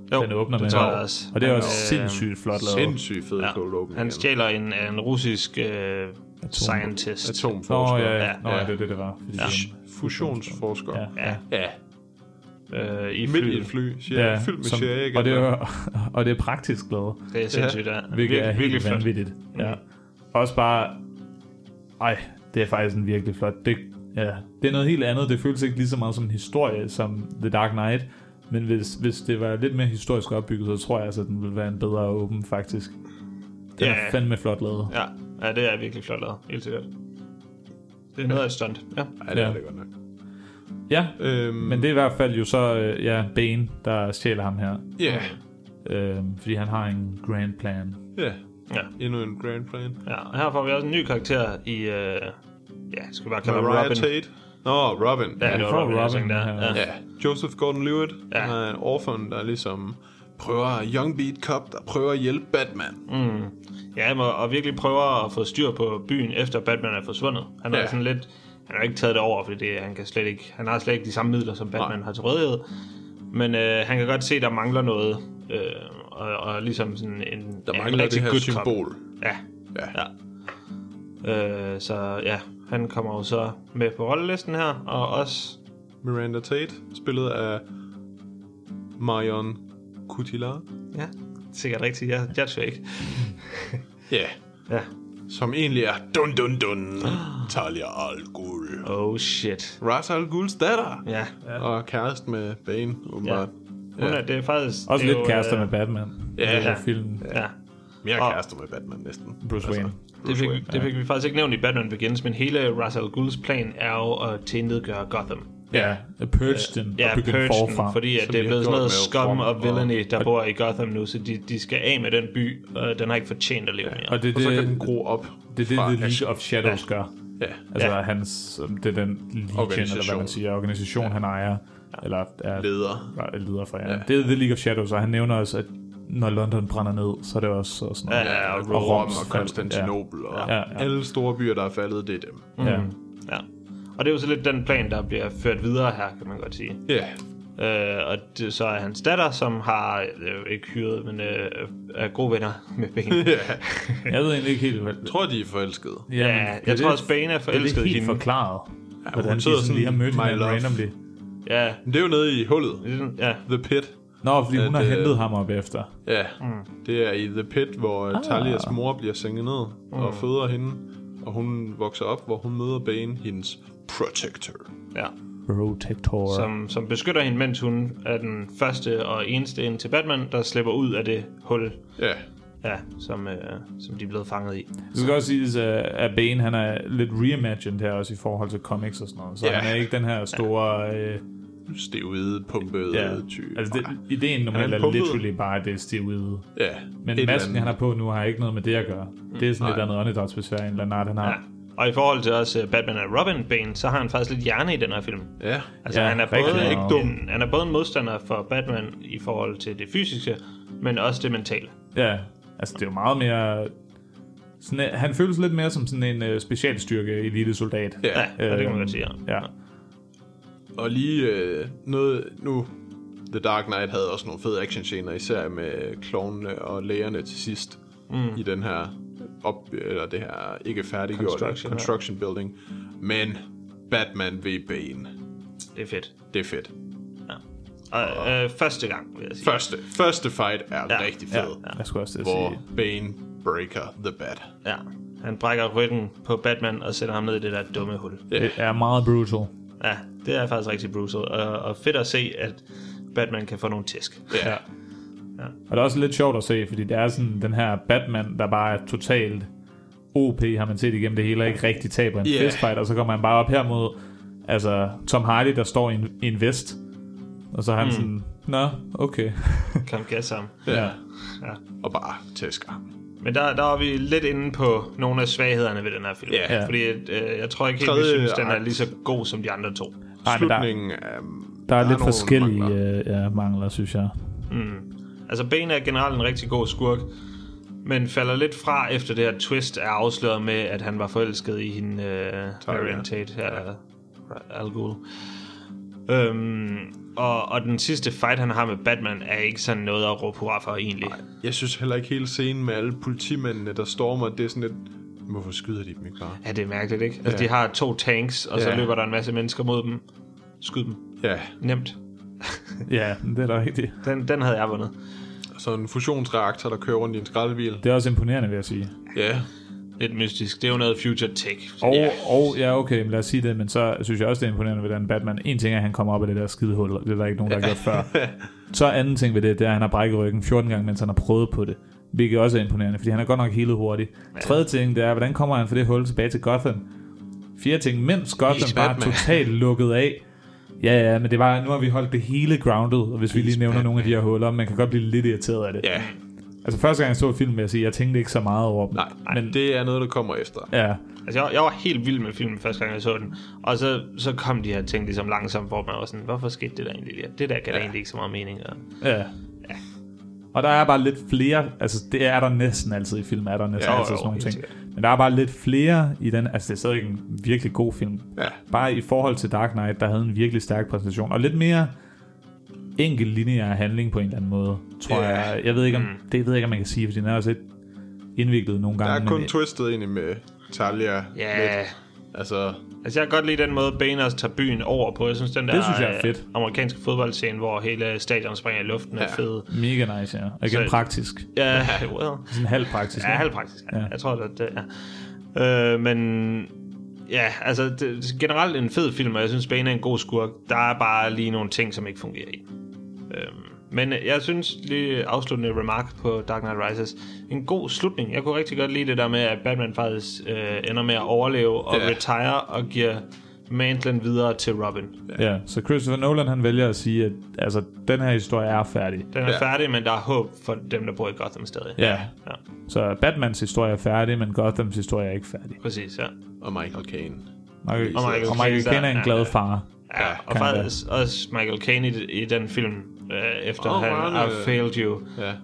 Jo, den åbner det med. tror jeg også. Og det er også sindssygt flot lavet. Sindssygt fed cold opening. Han stjæler en russisk scientist. Atomforsker. Nå, det var. Fusionsforsker. Ja. I Midt i et fly, siger jeg. Fyldt med CIA. Og det er praktisk lavet. Det er sindssygt, ja. Hvilket er helt flot. vanvittigt. Ja. Også bare... det er faktisk en virkelig flot... Det er noget helt andet. Det føles ikke lige så meget som en historie som The Dark Knight. Men hvis det var lidt mere historisk opbygget, så tror jeg altså, at den ville være en bedre åben, faktisk. Den er fandme flot lavet. Ja, det er virkelig flot lavet. Helt sikkert. Det er noget af et stunt. Ja, det er det godt nok. Ja, men det er i hvert fald jo så Bane, der stjæler ham her. Ja. Fordi han har en grand plan. Ja. Endnu en grand plan. Ja, og her får vi også en ny karakter i... skal vi bare kalde ham Mariah Robin. Tate. Robin. Ja, det var Robin der. Ja. Joseph Gordon-Levitt. Ja. Han er en orphan, der ligesom prøver... Young Beat Cop, der prøver at hjælpe Batman. Ja, og virkelig prøver at få styr på byen, efter Batman er forsvundet. Han er sådan lidt... Han har ikke taget det over, fordi han har slet ikke de samme midler, som Batman har til rådighed. Men han kan godt se, at der mangler noget. Og ligesom sådan en... Der mangler det her symbol. Ja. Så ja, han kommer jo så med på rollelisten her, og også... Miranda Tate, spillet af Marion Cotillard. Ja, sikkert rigtigt. Jeg judger ikke. Ja. Som egentlig er Talia al Ghul. Oh shit. Ra's al Ghuls datter. Ja. Og kæreste med Bane, åbenbart. Det er faktisk... Også det lidt kærester med Batman. Ja. Filmen. Ja. Mere kærester med Batman næsten. Bruce Wayne. Det fik vi faktisk ikke nævnt i Batman Begins, men hele Ra's al Ghuls plan er jo at tilnedgøre Gotham. Ja, purge den og bygge den forfra. Fordi at det er blevet sådan noget scum og villainy, der bor i Gotham nu, så de skal af med den by, og den har ikke fortjent at leve mere. Og så kan den gro op. Det er det, The League of Shadows gør. Ja. Altså det er den Legion, eller hvad man siger, organisation, han ejer, eller er leder for. Ja. Det er The League of Shadows, og han nævner også, at når London brænder ned, så er det også sådan noget. Ja, og Rom og Konstantinopel og alle store byer, der er faldet, det er dem. Ja. Og det er jo så lidt den plan, der bliver ført videre her, kan man godt sige. Ja. Og det, så er hans datter, som har ikke hyret, men er gode venner med Bane. Jeg ved egentlig ikke helt, hvad... Jeg tror, de er forelskede. Jeg tror også, Bane er forelsket i hende. Det er helt forklaret, hvordan de sådan lige har mødt hende randomly. Ja. Det er jo nede i hullet. Ja. The Pit. Nå, fordi hun har hentet ham op efter. Ja, det er i The Pit, hvor Talias mor bliver sænket ned og føder hende. Og hun vokser op, hvor hun møder Bane, hendes protector. Ja. Protector. Som beskytter hende, mens hun er den første og eneste ind til Batman, der slipper ud af det hul. Ja, som de er blevet fanget i. Det skal også siges, at Bane, han er lidt reimagined her også i forhold til comics og sådan noget. Så han er ikke den her store... Steroide, pumpede type. Altså ideen normalt er literally bare, at det er steroide. Ja. Men masken, han har på nu, har ikke noget med det at gøre. Det er sådan lidt andet åndedrætsbesvær, en eller anden han har. Ja. Og i forhold til også Batman og Robin Bane, så har han faktisk lidt hjerne i den her film. Ja. Altså han er både en modstander for Batman i forhold til det fysiske, men også det mentale. Ja, altså det er jo meget mere... Sådan, han føles lidt mere som sådan en specialstyrke elitesoldat. Ja, det kan man godt sige. Ja. Og lige noget nu, The Dark Knight havde også nogle fede actionscener, især med klovnene og lægerne til sidst i den her eller det her ikke færdiggjorte construction building. Men Batman v Bane. Det er fedt. Det er fedt. Ja. Og første gang, vil jeg sige. Første fight er rigtig fed. Jeg skulle også hvor Bane breaker the Bat. Ja. Han brækker ryggen på Batman og sætter ham ned i det der dumme hul. Det er meget brutal. Ja, det er faktisk rigtig brutal. Og fedt at se, at Batman kan få nogle tæsk. Ja. Og det er også lidt sjovt at se, fordi det er sådan den her Batman, der bare er totalt OP, har man set igennem det hele, og ikke rigtig taber en fistfight, og så kommer han bare op her mod Tom Hardy, der står i en vest, og så er han sådan, nå, okay. Kom gas ham. Ja. Og bare tæsker ham. Men der var vi lidt inde på nogle af svaghederne ved den her film. Yeah. Fordi jeg tror ikke helt, vi synes, den er lige så god som de andre to. Slutningen der er lidt forskellige mangler, synes jeg. Altså Bane er generelt en rigtig god skurk, men falder lidt fra efter det her twist er afsløret med, at han var forelsket i hende Marion Tate her, Al Ghul. Og den sidste fight, han har med Batman, er ikke sådan noget at råbe hurra for egentlig. Nej, jeg synes heller ikke hele scenen med alle politimændene, der stormer, det er sådan lidt... Hvorfor skyder de dem ikke bare? Ja, det er mærkeligt, ikke? Altså, de har 2 tanks, og så løber der en masse mennesker mod dem. Skyd dem. Ja. Nemt. Ja, det er da rigtigt. Den havde jeg vundet. Så en fusionsreaktor, der kører rundt i en skraldebil. Det er også imponerende, vil jeg sige. Ja. Lidt mystisk. Det er jo noget future tech. Og ja, okay, men lad os sige det, men så synes jeg også, det er imponerende ved den Batman. En ting er, at han kommer op af det der skidehul, det er der ikke nogen, der har gjort før. Så anden ting ved det er, at han har brækket ryggen 14 gange, mens han har prøvet på det. Hvilket også er imponerende, fordi han er godt nok healet hurtigt. Tredje ting, det er, hvordan kommer han fra det hul tilbage til Gotham? Fjerde ting, mens Gotham bare er totalt lukket af. Ja, men det var, nu har vi holdt det hele grounded, og hvis vi lige nævner nogle af de her huller, man kan godt blive lidt irriteret af det. Ja. Altså første gang jeg så filmen, vil jeg sige, jeg tænkte ikke så meget over dem. Nej, men det er noget, der kommer efter. Ja. Altså jeg var helt vild med filmen første gang jeg så den. Og så kom de her ting ligesom langsomt, hvor man var sådan, hvorfor skete det der egentlig? Det der gav der egentlig ikke så meget mening. Ja. Og der er bare lidt flere, altså det er der næsten altid i film, er der næsten altid sådan nogle ting. Men der er bare lidt flere i den, altså det er stadig en virkelig god film. Ja. Bare i forhold til Dark Knight, der havde en virkelig stærk præsentation, og lidt mere enkel lineær handling på en eller anden måde, tror jeg. Jeg ved ikke, om man kan sige, fordi den er også lidt indviklet nogle gange. Der er kun twistet egentlig med Talia lidt. Altså jeg kan godt lide den måde, Bane også tager byen over på. Jeg synes, den der det synes jeg er fedt. Amerikanske fodboldscene, hvor hele stadion springer i luften, er fed. Mega nice, ja. Og igen praktisk. Ja, sådan halv praktisk. Ja, halv praktisk. Ja. Jeg tror, det er. Men ja, altså det, generelt en fed film, og jeg synes, Bane er en god skurk. Der er bare lige nogle ting, som ikke fungerer i. Men jeg synes lige afsluttende remark på Dark Knight Rises, en god slutning. Jeg kunne rigtig godt lide det der med, at Batman faktisk ender med at overleve og retire og giver mantlen videre til Robin. Ja, så Christopher Nolan han vælger at sige, at altså, den her historie er færdig. Den er færdig, men der er håb for dem, der bor i Gotham stadig. Ja. Så Batmans historie er færdig, men Gothams historie er ikke færdig. Præcis, ja. Og Michael Caine. Og Michael Caine er en glad far. Ja, og faktisk også Michael Caine i den film, efter han har failed you.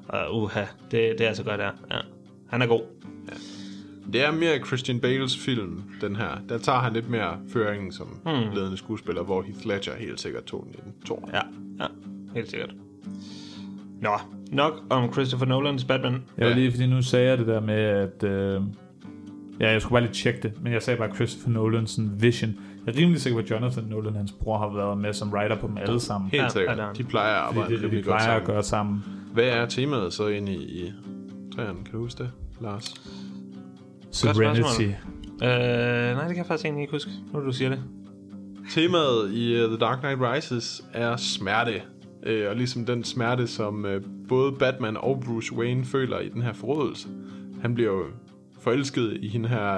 Det er så godt, ja. Han er god. Ja. Det er mere Christian Bales film, den her. Der tager han lidt mere føringen som ledende skuespiller, hvor Heath Ledger helt sikkert tog den i den 2. Ja, helt sikkert. Nå, nok om Christopher Nolans Batman. Jeg var lige, fordi nu sagde jeg det der med, at... jeg skulle bare lige tjekke det, men jeg sagde bare Christopher Nolans Vision. Jeg er rimelig sikker på, at Jonathan Nolan, hans bror, har været med som writer på dem alle sammen. Helt sikkert. De plejer at arbejde de plejer at gøre sammen. Hvad er temaet så inde i træerne? Kan du huske det, Lars? Serenity. Nej, det kan jeg faktisk egentlig ikke huske, nu du siger det. Temaet i The Dark Knight Rises er smerte. Og ligesom den smerte, som både Batman og Bruce Wayne føler i den her forrådelse. Han bliver jo forelsket i hende her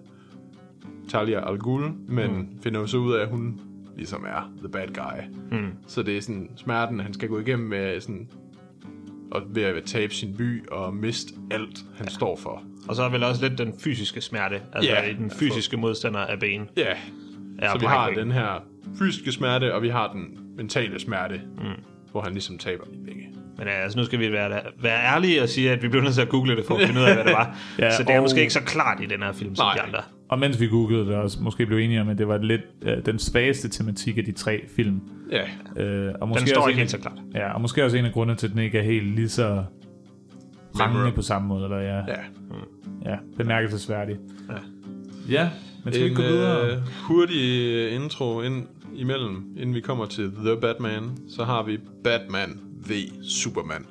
Talia al Ghul, men finder jo så ud af, at hun ligesom er the bad guy. Så det er sådan smerten, han skal gå igennem med sådan, og ved at tabe sin by og miste alt, han står for. Og så er vel også lidt den fysiske smerte, altså den fysiske modstander af Bane. Ja, så vi har den her fysiske smerte, og vi har den mentale smerte, hvor han ligesom taber de begge. Men altså, nu skal vi være ærlige og sige, at vi bliver nødt til at google det for at finde ud af, hvad det var. Så det er måske ikke så klart i den her film som de andre. Og mens vi googlede det også, måske blev enige om, at det var lidt den svageste tematik af de 3 film. Ja, og måske den står ikke helt så klart. Ja, og måske også en af grundene til, at den ikke er helt lige så prangende på samme måde. Eller ja, bemærkelsesværdig. Ja, men skal vi gå videre? Hurtig intro ind imellem, inden vi kommer til The Batman, så har vi Batman v Superman.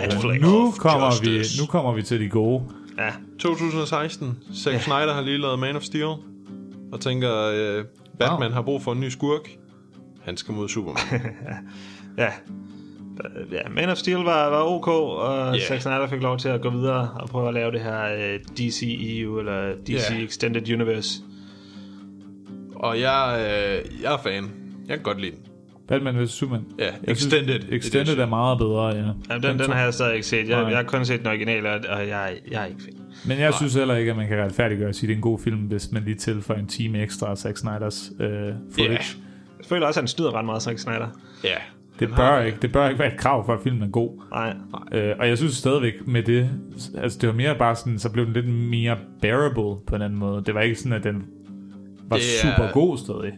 Nu kommer vi til de gode. Ja. 2016. Zack Snyder har lige lavet Man of Steel og tænker, Batman har brug for en ny skurk. Han skal mod Superman. Ja, Man of Steel var ok, og Zack Snyder fik lov til at gå videre og prøve at lave det her DCEU eller DC Extended Universe. Og jeg er fan. Jeg kan godt lide den. Batman vs. Superman. Ja, Extended er meget bedre, ja. Den har jeg stadig ikke set. Jeg har kun set den originale, og jeg er ikke fan. Men jeg synes heller ikke, at man kan retfærdiggøre at sige, at det er en god film, hvis man lige tilføjer en time ekstra af Zack Snyders footage. Jeg føler også, at han snyder ret meget, Zack Snyder. Ja. Det bør ikke være et krav for, at filmen er god. Nej. Og jeg synes stadigvæk med det, altså det var mere bare sådan, så blev den lidt mere bearable på en anden måde. Det var ikke sådan, at den var super god stadig.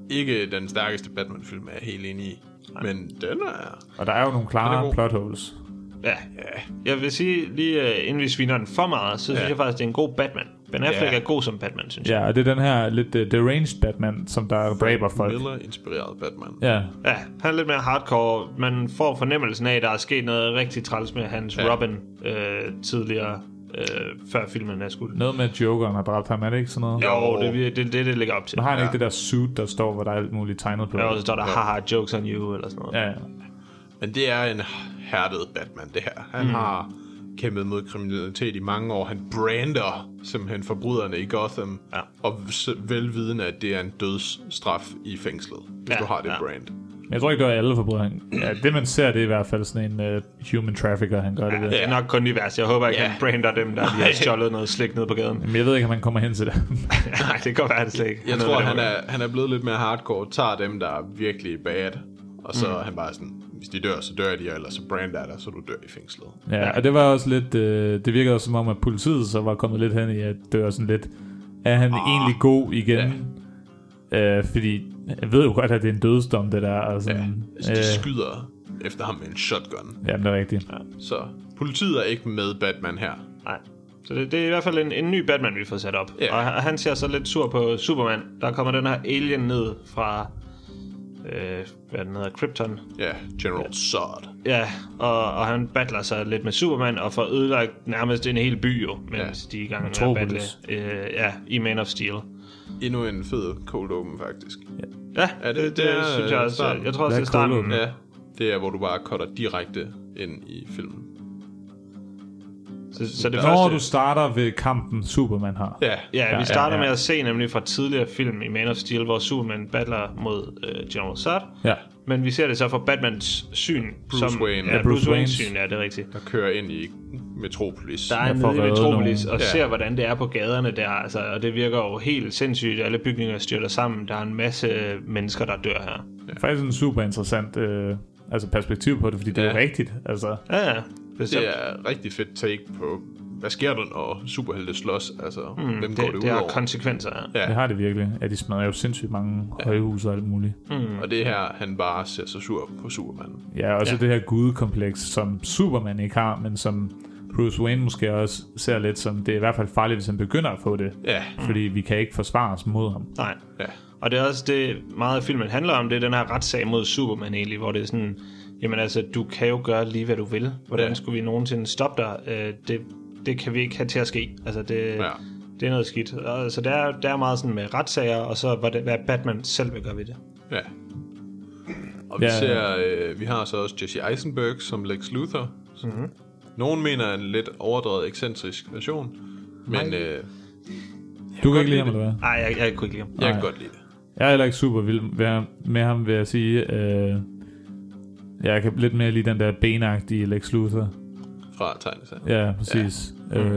ikke den stærkeste Batman-film, er jeg helt enig i. Men den er... Og der er jo nogle klare plot holes. Ja. Jeg vil sige, lige inden vi sviner den for meget, så synes jeg faktisk, det er en god Batman. Ben Affleck er god som Batman, synes jeg. Ja, og det er den her lidt deranged Batman, som der dræber folk. Miller-inspireret Batman. Ja, han er lidt mere hardcore. Man får fornemmelsen af, at der er sket noget rigtig træls med hans Robin tidligere, før filmen er skudt. noget med Jokeren har dræbt ham, er det ikke sådan noget? Jo, det ligger op til. Men har han ikke det der suit, der står, hvor der er alt muligt tegnet på? Ja, og så står der, haha, jokes on you, eller sådan noget. Ja. Men det er en hærdet Batman, det her. Han har kæmpet mod kriminalitet i mange år. Han brander simpelthen forbryderne i Gotham, og velvidende, at det er en dødsstraf i fængslet, hvis du har det brand. Men jeg tror ikke, det er alle forbrydere. Ja, det man ser, det er i hvert fald sådan en human trafficker, han gør det ved. Det er nok kun de værste. Jeg håber ikke, han brander dem, der de har stjålet noget slik ned på gaden. Men jeg ved ikke, om han kommer hen til det. Nej, det kan godt være, det slet ikke. Jeg tror, han er blevet lidt mere hardcore, tager dem, der er virkelig bad, og så er han bare sådan, hvis de dør, så dør de, eller så brander der, så du dør i fængslet. Ja, og det var også lidt, det virkede også som om, at politiet så var kommet lidt hen i, at det var sådan lidt, er han egentlig god igen? Fordi jeg ved jo godt, at det er en dødsdom, det der. Og sådan, de skyder efter ham med en shotgun. Ja, det er rigtigt. Ja. Så politiet er ikke med Batman her. Nej. Så det er i hvert fald en ny Batman, vi får sat op. Og han ser så lidt sur på Superman. Der kommer den her alien ned fra hvad den hedder, Krypton. Ja, General Zod. Ja, og han battler sig lidt med Superman og får ødelagt nærmest en hel by jo, mens de er i gang med at battle i Man of Steel. Endnu en fed cold open, faktisk. Ja, det synes jeg også. Jeg tror også, det er starten. Ja, det er, hvor du bare cutter direkte ind i filmen. Så det når første, du starter ved kampen, Superman har. Ja, vi starter med at se nemlig fra tidligere film i Man of Steel, hvor Superman battler mod General Zod. Ja. Men vi ser det så fra Batmans syn. Bruce Wayne. Ja, Bruce Waynes syn, ja, det er rigtigt. Der kører ind i Metropolis. Der er nede i Metropolis og ser, hvordan det er på gaderne der. Altså, og det virker jo helt sindssygt. Alle bygninger styrter sammen. Der er en masse mennesker, der dør her. Det er faktisk en super interessant perspektiv på det, fordi det er jo rigtigt. Altså. Ja. Det er rigtig fedt take på, hvad sker der, når superhelte slås? Altså, hvem går det ud over? Det har konsekvenser, ja. Det har det virkelig. Ja, de smadrer jo sindssygt mange højhuse og alt muligt. Og det her, han bare ser så sur på Superman. Ja, og så det her gudekompleks, som Superman ikke har, men som Bruce Wayne måske også ser lidt som, det er i hvert fald farligt, hvis han begynder at få det. Ja. Fordi vi kan ikke forsvare os mod ham. Nej. Ja. Og det er også det, meget af filmen handler om, det er den her retssag mod Superman egentlig, hvor det er sådan, jamen altså, du kan jo gøre lige, hvad du vil. Hvordan skulle vi nogensinde stoppe dig? Det kan vi ikke have til at ske. Altså, det er noget skidt. Så der er meget sådan med retssager, og så hvad Batman selv vil gøre ved det. Ja. Og vi har så også Jesse Eisenberg som Lex Luthor. Mm-hmm. Nogen mener en lidt overdrevet ekscentrisk version, men... du kan ikke lide ham, eller hvad? Nej, jeg kunne ikke lide ham. Jeg kan godt lide det. Jeg er heller ikke super vild med ham, vil jeg sige. Jeg kan lidt mere lide den der benagtige Lex Luthor. Fra tegneserien. Ja, præcis.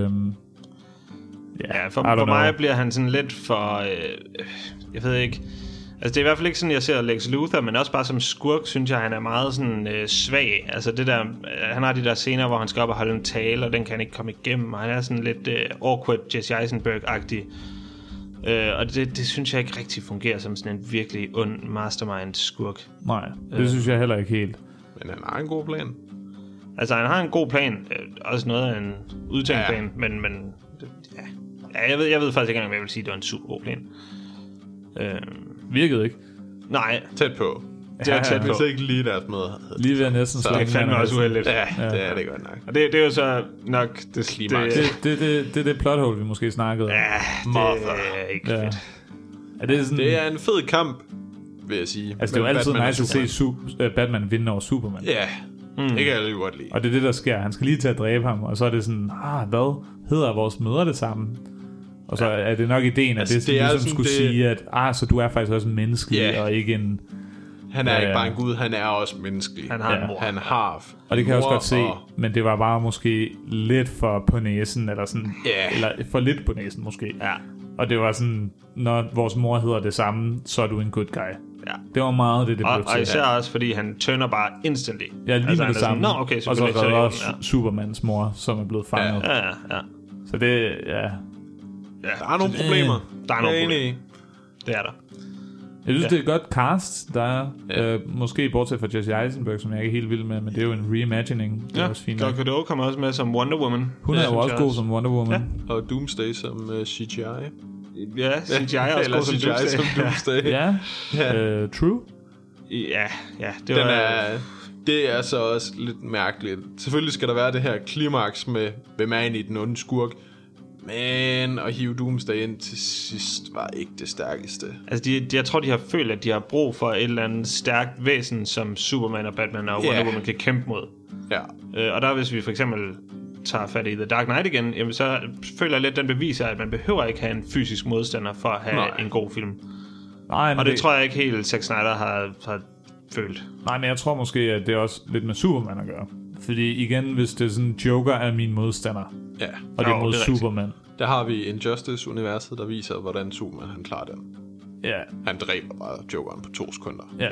Ja, for mig bliver han sådan lidt for... jeg ved ikke... Altså det er i hvert fald ikke sådan, jeg ser Lex Luthor, men også bare som skurk, synes jeg, han er meget sådan svag. Altså det der... Han har de der scener, hvor han skal op og holde en tale, og den kan han ikke komme igennem. Og han er sådan lidt awkward Jesse Eisenberg-agtig. Og det synes jeg ikke rigtig fungerer som sådan en virkelig ond mastermind-skurk. Nej, det synes jeg heller ikke helt. Men han har en god plan. Altså han har en god plan. Også noget af en udtænkt plan. Men jeg ved faktisk ikke engang, hvad jeg vil sige, det var en super god plan. Virkede ikke. Nej. Tæt på. Det er tæt på. Hvis ikke lige deres måde. Lige ved næsten så. Det fandme også uheldigt. Ja, det er det godt nok. Og det er jo så nok det klimaks. Det er det plothole, vi måske snakkede om. Ja, det er ikke fedt. Det er en fed kamp, vil jeg sige. Altså det er jo altid nice at se Batman vinde over Superman. Ja, det kan jeg jo godt lide. Og det er det, der sker. Han skal lige til at dræbe ham, og så er det sådan, hvad hedder vores mødre det sammen? Og så er det nok ideen, at det ligesom skulle sige, at så du er faktisk også en menneskelig, og ikke en... Han er ikke bare en gud, han er også menneskelig. Han har en mor. Han har og det kan jeg også godt se, men det var bare måske lidt for på næsen, eller sådan, eller for lidt på næsen måske. Ja. Og det var sådan, når vores mor hedder det samme, så er du en good guy. Ja. Det var meget det blev til. Og især også, fordi han turner bare instantly. Ja, lige med det samme. Sådan, okay, og så redder også Supermans mor, som er blevet fanget. Ja. Så det, der er nogle problemer. Der er nogle problemer. Det er der. Jeg synes, det er et godt cast, der er. Måske bortset fra Jesse Eisenberg, som jeg ikke er helt vild med, men det er jo en reimagining. Det er også fint. Gal Gadot kommer også med som Wonder Woman. Hun er jo også god som Wonder Woman. Ja. Og Doomsday som CGI. Ja, CGI er også god som CGI som Doomsday. Ja, true. Ja, det var... Det er så også lidt mærkeligt. Selvfølgelig skal der være det her klimaks med, hvem er egentlig den onde skurk. Men at hive Doomsday ind til sidst var ikke det stærkeste. Altså, jeg tror, de har følt, at de har brug for et eller andet stærkt væsen, som Superman og Batman og Wonder Woman kan kæmpe mod. Ja. Og der, hvis vi for eksempel tager fat i The Dark Knight igen, jamen, så føler jeg lidt, den beviser, at man behøver ikke have en fysisk modstander for at have en god film. Nej, og det tror jeg ikke helt, Zack Snyder har følt. Nej, men jeg tror måske, at det er også lidt med Superman at gøre. Fordi igen, hvis det er sådan, Joker er min modstander, og det er mod Superman. Der har vi Injustice-universet, der viser, hvordan Superman han klarer den. Ja. Han dræber bare Jokeren på 2 sekunder. Ja.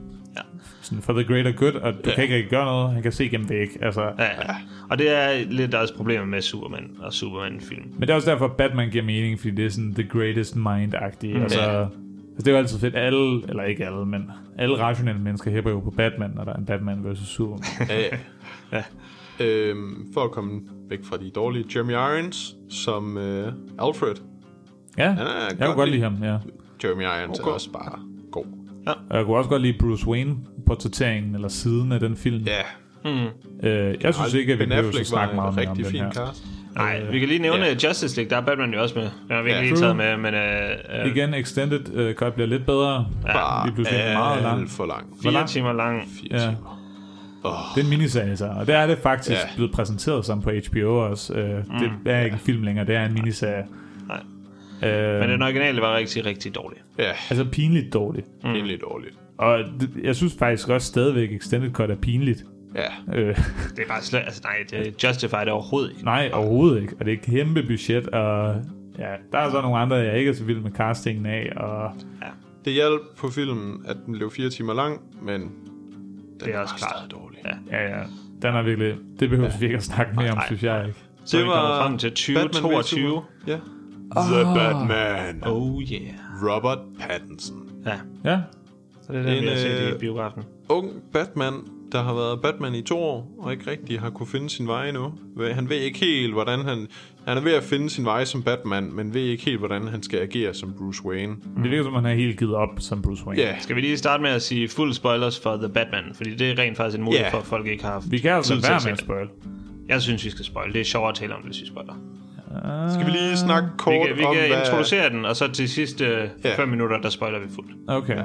Sådan for the greater good, og du kan ikke gøre noget, han kan se gennem væk. Altså. Ja. Og det er lidt også problemer med Superman og Superman-film. Men det er også derfor, Batman giver mening, fordi det er sådan the greatest mind-agtige. Altså, det er jo altid fedt, eller ikke alle, men alle rationelle mennesker hæpper jo på Batman, når der er en Batman vs. Superman. Ja. For at komme væk fra de dårlige, Jeremy Irons som Alfred. Ja, jeg kunne godt lide ham, ja. Jeremy Irons er også bare god. Ja. Og jeg kunne også godt lide Bruce Wayne portrætteringen eller siden af den film. Ja. Jeg synes ikke, at vi behøver at snakke meget mere om den her. Cast. Nej, vi kan lige nævne Justice League, der er Batman jo også med. Den har vi ikke lige taget med, men... Igen, Extended Cut bliver lidt bedre. Bare lige pludselig meget lang. For lang. 4 timer lang. 4 timer. Det er en miniserie, så. Og det er det faktisk blevet præsenteret som på HBO også. Det er ikke en film længere, det er en miniserie. Nej. Men den originale var rigtig, rigtig dårlig. Ja. Altså pinligt dårligt. Pinligt dårligt. Og jeg synes faktisk også stadigvæk, Extended Cut er pinligt. Ja. Det er bare slet... Altså nej, det er justified overhovedet ikke. Nej, overhovedet ikke. Og det er et kæmpe budget, og der er så nogle andre, jeg ikke er så vild med castingen af, og... Ja. Det hjalp på filmen, at den blev 4 timer lang, men den er også klart dårlig. Ja. Den er virkelig... Det behøver vi ikke at snakke mere om, synes jeg ikke. Så det var frem til 2022. Ja. The Batman. Oh yeah. Robert Pattinson. Ja. Så det er det, vi har set i biografen. Ung Batman, der har været Batman i 2 år, og ikke rigtig har kunne finde sin vej endnu. Han ved ikke helt, hvordan han er ved at finde sin vej som Batman, men ved ikke helt, hvordan han skal agere som Bruce Wayne. Det virker som, han har helt givet op som Bruce Wayne. Yeah. Skal vi lige starte med at sige fuld spoilers for The Batman? Fordi det er rent faktisk en mulighed for, at folk ikke har haft. Vi kan altså være med at spoil. Jeg synes, vi skal spoil. Det er sjovere at tale om, hvis vi spoiler. Skal vi lige snakke kort om, vi kan introducere den, og så til sidste 5 minutter, der spoiler vi fuldt. Okay.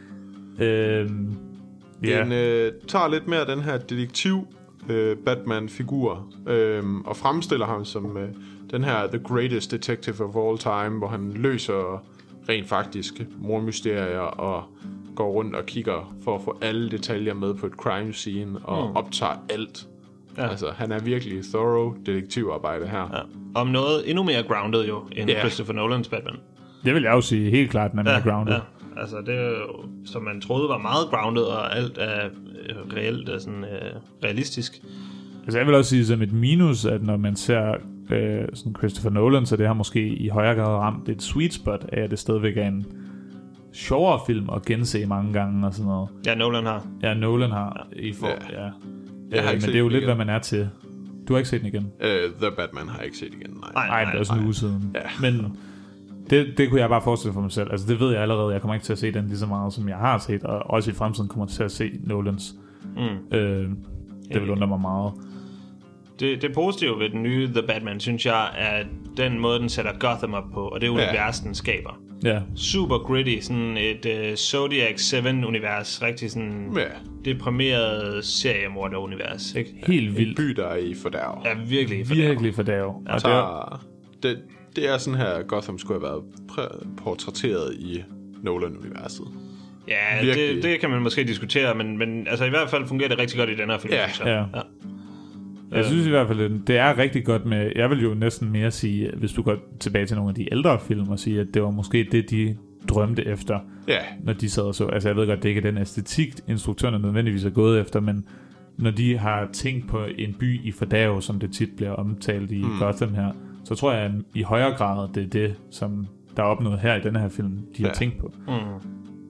Den tager lidt mere den her detektiv Batman-figur og fremstiller ham som den her the greatest detective of all time, hvor han løser rent faktisk mordmysterier og går rundt og kigger for at få alle detaljer med på et crime scene og optager alt. Ja. Altså, han er virkelig thorough detektivarbejde her. Ja. Om noget endnu mere grounded jo, end Christopher Nolans Batman. Det vil jeg jo sige helt klart, den er mere grounded. Ja. Altså, det er jo, som man troede var meget grounded, og alt er reelt og sådan realistisk. Altså, jeg vil også sige som et minus, at når man ser sådan Christopher Nolan, så det har måske i højere grad ramt et sweet spot af, at det stadigvæk er en sjovere film at gense mange gange og sådan noget. Ja, Nolan har. Ja, Nolan har. Men det er jo lidt, hvad man er til. Du har ikke set den igen? The Batman har jeg ikke set igen, nej. Det er sådan en uge siden. Ja. Men det kunne jeg bare forestille for mig selv. Altså, det ved jeg allerede. Jeg kommer ikke til at se den lige så meget, som jeg har set, og også i fremtiden kommer til at se Nolans. Det vil undre mig meget. Det positive ved den nye The Batman, synes jeg, er den måde, den sætter Gotham op på, og det univers, den skaber. Ja. Super gritty, sådan et Zodiac 7-univers, rigtig sådan deprimeret seriemorder-univers, ikke? Helt vildt. En by, der er i fordærv. Ja, virkelig i fordærv. Virkelig fordærv. Ja, det er sådan her, Gotham skulle have været portrætteret i Nolan-universet. Ja, det kan man måske diskutere, men altså i hvert fald fungerer det rigtig godt i den her film. Ja. Jeg synes i hvert fald, det er rigtig godt med... Jeg vil jo næsten mere sige, hvis du går tilbage til nogle af de ældre film og sige, at det var måske det, de drømte efter, når de sad og så. Altså jeg ved godt, det ikke er den æstetik, instruktørerne nødvendigvis er gået efter, men når de har tænkt på en by i fordærv, som det tit bliver omtalt i Gotham her, så tror jeg at i højere grad, det er det, som der er opnået her i denne her film, de har tænkt på.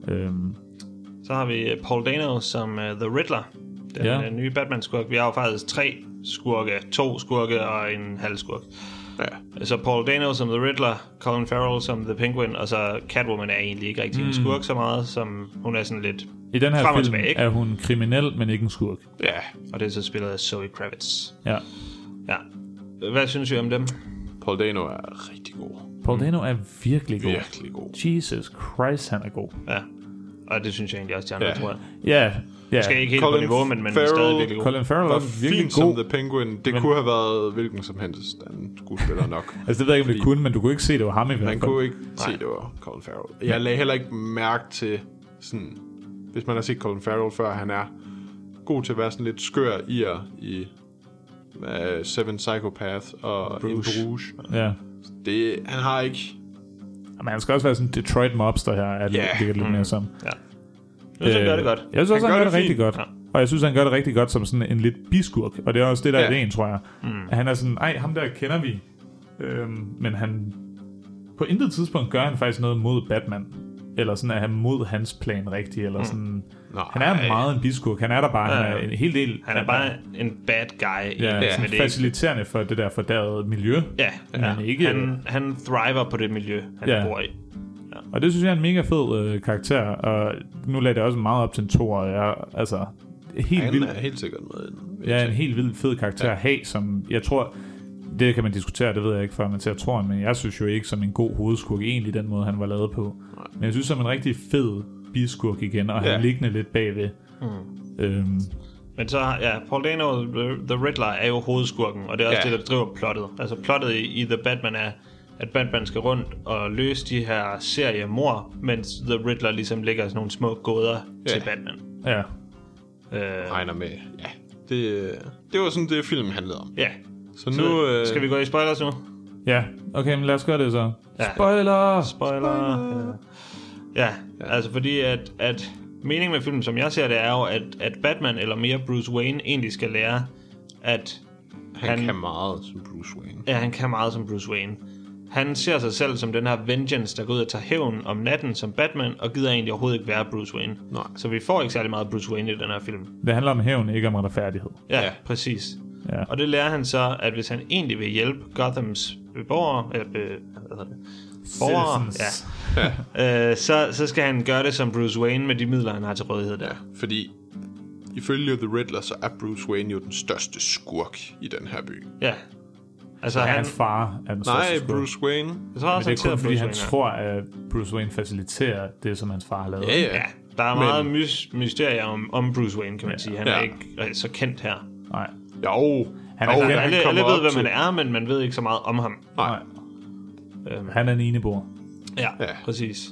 Så har vi Paul Dano som The Riddler, den nye Batman-skurk. Vi har jo faktisk 3 skurke, 2 skurke og en halv skurk. Ja. Så Paul Dano som The Riddler, Colin Farrell som The Penguin, og så Catwoman er egentlig ikke rigtig en skurk så meget, som hun er sådan lidt i den her frem og film tilbage, ikke? Er hun kriminel, men ikke en skurk. Ja, og det er så spillet af Zoe Kravitz. Ja. Hvad synes I om dem? Paul Dano er rigtig god. Paul Dano er virkelig god. Virkelig god. Jesus Christ, han er god. Ja, og det synes jeg egentlig også, de andre tror jeg. Ja. Skal ikke helt på niveau, men stadig virkelig god. Colin Farrell er virkelig god. Som The Penguin. Det kunne have været hvilken som helst anden skuespiller nok. Altså det ved jeg ikke, om det kunne, men du kunne ikke se, det var ham i hvert fald. Man kunne ikke se, det var Colin Farrell. Jeg lagde heller ikke mærke til sådan... Hvis man har set Colin Farrell før, han er god til at være sådan lidt skør i Seven Psychopath og Bruges. Ja. Han har ikke... Men han skal også være sådan Detroit mobster her, at det ligger lidt mere som. Ja. Jeg synes, han gør det godt. Jeg synes også, han gør det rigtig godt. Ja. Og jeg synes, han gør det rigtig godt som sådan en lidt biskurk. Og det er også det, der er ideen, tror jeg. At han er sådan, ham der kender vi. Men han... På intet tidspunkt gør han faktisk noget mod Batman. Eller sådan, at han mod hans plan rigtig. Eller sådan... Han er meget en biskurk. Han er der bare han er en hel del... Han er bare en bad guy. Sådan faciliterende for det der fordærede miljø. Ja, men ikke, han thriver på det miljø, han bor i. Ja. Og det synes jeg er en mega fed karakter. Og nu lader det også meget op til en 2 år. Altså, han er helt sikkert med. Ja, en helt vildt fed karakter at have, som jeg tror... Det kan man diskutere, det ved jeg ikke, før man ser Thor, men jeg synes jo ikke som en god hovedskurk egentlig, den måde han var lavet på. Nej. Men jeg synes som en rigtig fed biskurk igen, og han liggende lidt bagved. Men så, Paul Dano, The Riddler, er jo hovedskurken, og det er også det, der driver plottet. Altså plottet i The Batman er, at Batman skal rundt og løse de her seriemord, mens The Riddler ligesom lægger sådan nogle små gåder til Batman. Ja. Regner med, det var sådan det, filmen handlede om. Ja. Så nu... skal vi gå i spoilers nu? Ja, okay, men lad os gøre det så. Ja. Spoiler! Ja, altså fordi at meningen med filmen, som jeg ser det, er jo, at Batman, eller mere Bruce Wayne, egentlig skal lære, at han kan meget som Bruce Wayne. Ja, han kan meget som Bruce Wayne. Han ser sig selv som den her vengeance, der går ud og tager hævn om natten som Batman, og gider egentlig overhovedet ikke være Bruce Wayne. Nej. Så vi får ikke særlig meget Bruce Wayne i den her film. Det handler om hævn, ikke om retfærdighed. Ja, præcis. Ja. Og det lærer han så, at hvis han egentlig vil hjælpe Gothams borgere, så skal han gøre det som Bruce Wayne med de midler, han har til rådighed der. Ja, fordi ifølge The Riddler, så er Bruce Wayne jo den største skurk i den her by. Ja. Altså hans far er den største skurk. Bruce Wayne. Men det er kun fordi, han tror, at Bruce Wayne faciliterer det, som hans far har lavet. Ja. Der er meget mysterier om Bruce Wayne, kan man sige. Han er ikke så kendt her. Nej. Jo. Alle ved, hvem han er, men man ved ikke så meget om ham. Nej. Han er en eneboer. Ja, præcis.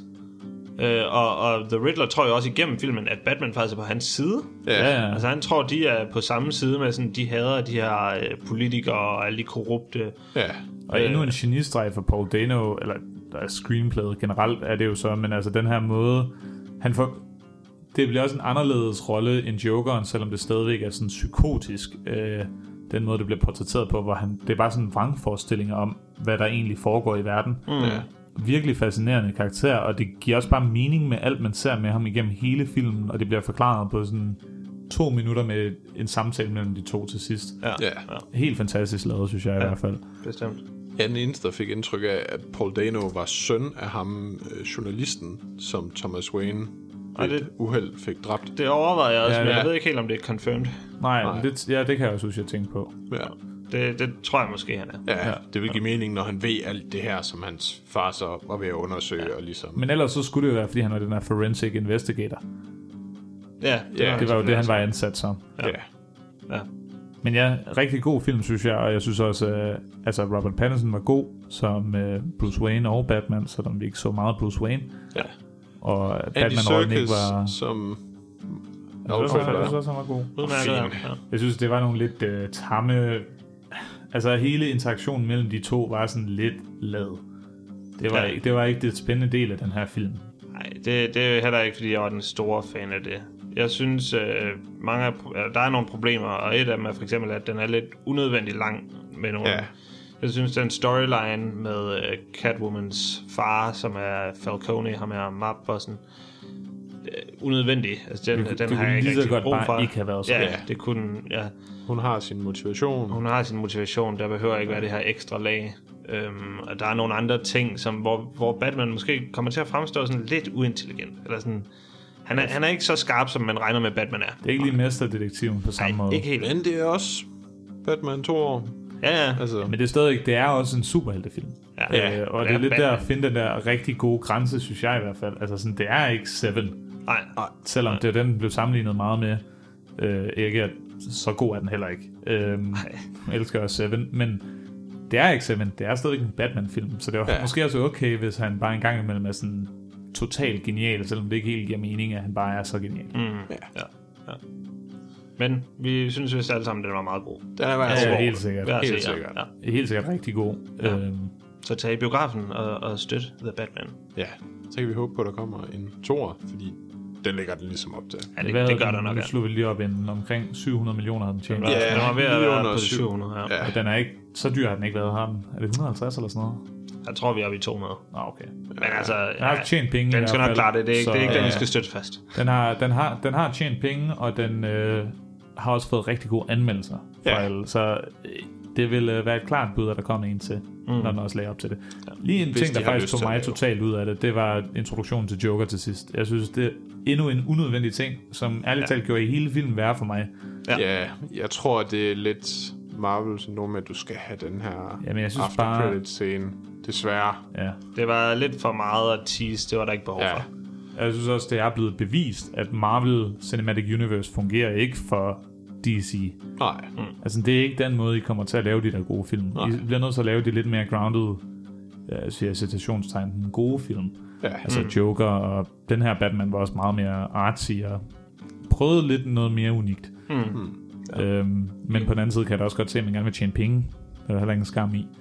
Og The Riddler tror jo også igennem filmen, at Batman faktisk er på hans side. Ja. Altså han tror, de er på samme side med sådan, de hader de her politikere og alle de korrupte. Ja. Og endnu en genistreg for Paul Dano, eller der er screenplayet generelt, er det jo så, men altså den her måde, det bliver også en anderledes rolle end Jokeren, selvom det stadigvæk er sådan psykotisk, den måde, det bliver portrætteret på, hvor det er bare sådan en vrangforestillinger om, hvad der egentlig foregår i verden. Virkelig fascinerende karakter, og det giver også bare mening med alt, man ser med ham igennem hele filmen, og det bliver forklaret på sådan 2 minutter med en samtale mellem de to til sidst. Ja. Helt fantastisk lavet, synes jeg i hvert fald. Bestemt. Ja, den eneste, der fik indtryk af, at Paul Dano var søn af ham, journalisten, som Thomas Wayne uheld fik dræbt. Det overvejede jeg også, men jeg ved ikke helt, om det er confirmed. Nej. Det kan jeg også huske, jeg tænkte på. Ja. Det tror jeg måske, han er. Ja, det vil give mening, når han ved alt det her, som hans far så var ved at undersøge. Og ligesom. Men ellers så skulle det jo være, fordi han var den her forensic investigator. Ja, det var jo det, han var ansat som. Ja. Men ja, rigtig god film, synes jeg, og jeg synes også, altså Robert Pattinson var god som Bruce Wayne og Batman, selvom vi ikke så meget Bruce Wayne. Ja. Og Batman ikke var... som... Jeg synes også, han var god. Jeg synes, det var nogle lidt tamme... Altså hele interaktionen mellem de to var sådan lidt lad. Det var ikke det spændende del af den her film. Nej, det er heller ikke, fordi jeg var den store fan af det. Jeg synes, der er nogle problemer, og et af dem er for eksempel, at den er lidt unødvendigt lang med nogle... Ja. Jeg synes, den storyline med Catwomans far, som er Falcone, ham her mapbossen, unødvendig. Altså, den har jeg lige ikke så rigtig godt brug for. bare ikke have været sådan. Ja, det kunne... Ja. Hun har sin motivation. Hun har sin motivation. Der behøver ikke være det her ekstra lag. Og der er nogle andre ting, som, hvor Batman måske kommer til at fremstå sådan lidt uintelligent. Eller sådan... Han er ikke så skarp, som man regner med, Batman er. Det er ikke lige mesterdetektiven på samme måde. Ikke helt. Men det er også Batman 2 år. Ja. Altså, Men det er også en superheltefilm. Ja. Og det er lidt Batman. der at finde den der rigtig gode grænse, synes jeg i hvert fald. Altså sådan, det er ikke Seven. Nej. Selvom det er den, blev sammenlignet meget med. Ikke at så god er den heller ikke. Jeg elsker også Seven, men det er ikke Seven. Det er stadig en Batman-film. Så det er måske også okay, hvis han bare en gang imellem er sådan totalt genial, selvom det ikke helt giver mening, at han bare er så genial. Ja. Men vi synes vist alle sammen, at den var meget god. den er Ja, helt sikkert. Helt sikkert. Ja. Helt sikkert rigtig god. Ja. Så tag i biografen og støt The Batman. Ja, så kan vi håbe på, at der kommer en 2'er, fordi den ligger den ligesom op til. Ja, det gør der nok. Nu slog vi lige op inden omkring 700 millioner har den tjent. Den var ved at lige være under på 7. 700 her. Ja. Og den er ikke, så dyr har den ikke været, har den? Er det 150 eller sådan noget? Jeg tror, vi er oppe i 200. Nå, okay. Men altså, Den har tjent penge. den skal i nok hvert klare fald. det. Det er ikke den, vi Ja. skal støtte fast. Den har tjent penge, og den har også fået rigtig gode anmeldelser fra alle. Så det vil være et klart bud, at der kommer en til, når den også lagde op til det. Ja. Lige en Hvis ting, de der har faktisk lyst tog til mig at lave. totalt ud af det, det var introduktionen til Joker til sidst. Jeg synes, det er endnu en unødvendig ting, som ærligt talt gjorde i hele filmen værre for mig. Ja, jeg tror, det er lidt Marvel-syndrom med, at du skal have den her Jamen, jeg synes after bare- credit-scene. Desværre. Ja. Det var lidt for meget at tease. Det var der ikke behov for. Jeg synes også, det er blevet bevist, at Marvel Cinematic Universe fungerer ikke for DC. Nej. Altså, det er ikke den måde, I kommer til at lave de der gode film. I bliver nødt til at lave de lidt mere grounded, jeg siger citationstegn, den gode film. Ja. Altså Joker, og den her Batman var også meget mere artsy, og prøvede lidt noget mere unikt. Men på den anden side kan jeg da også godt se, at man gerne vil tjene penge. Der er der heller ingen skam i.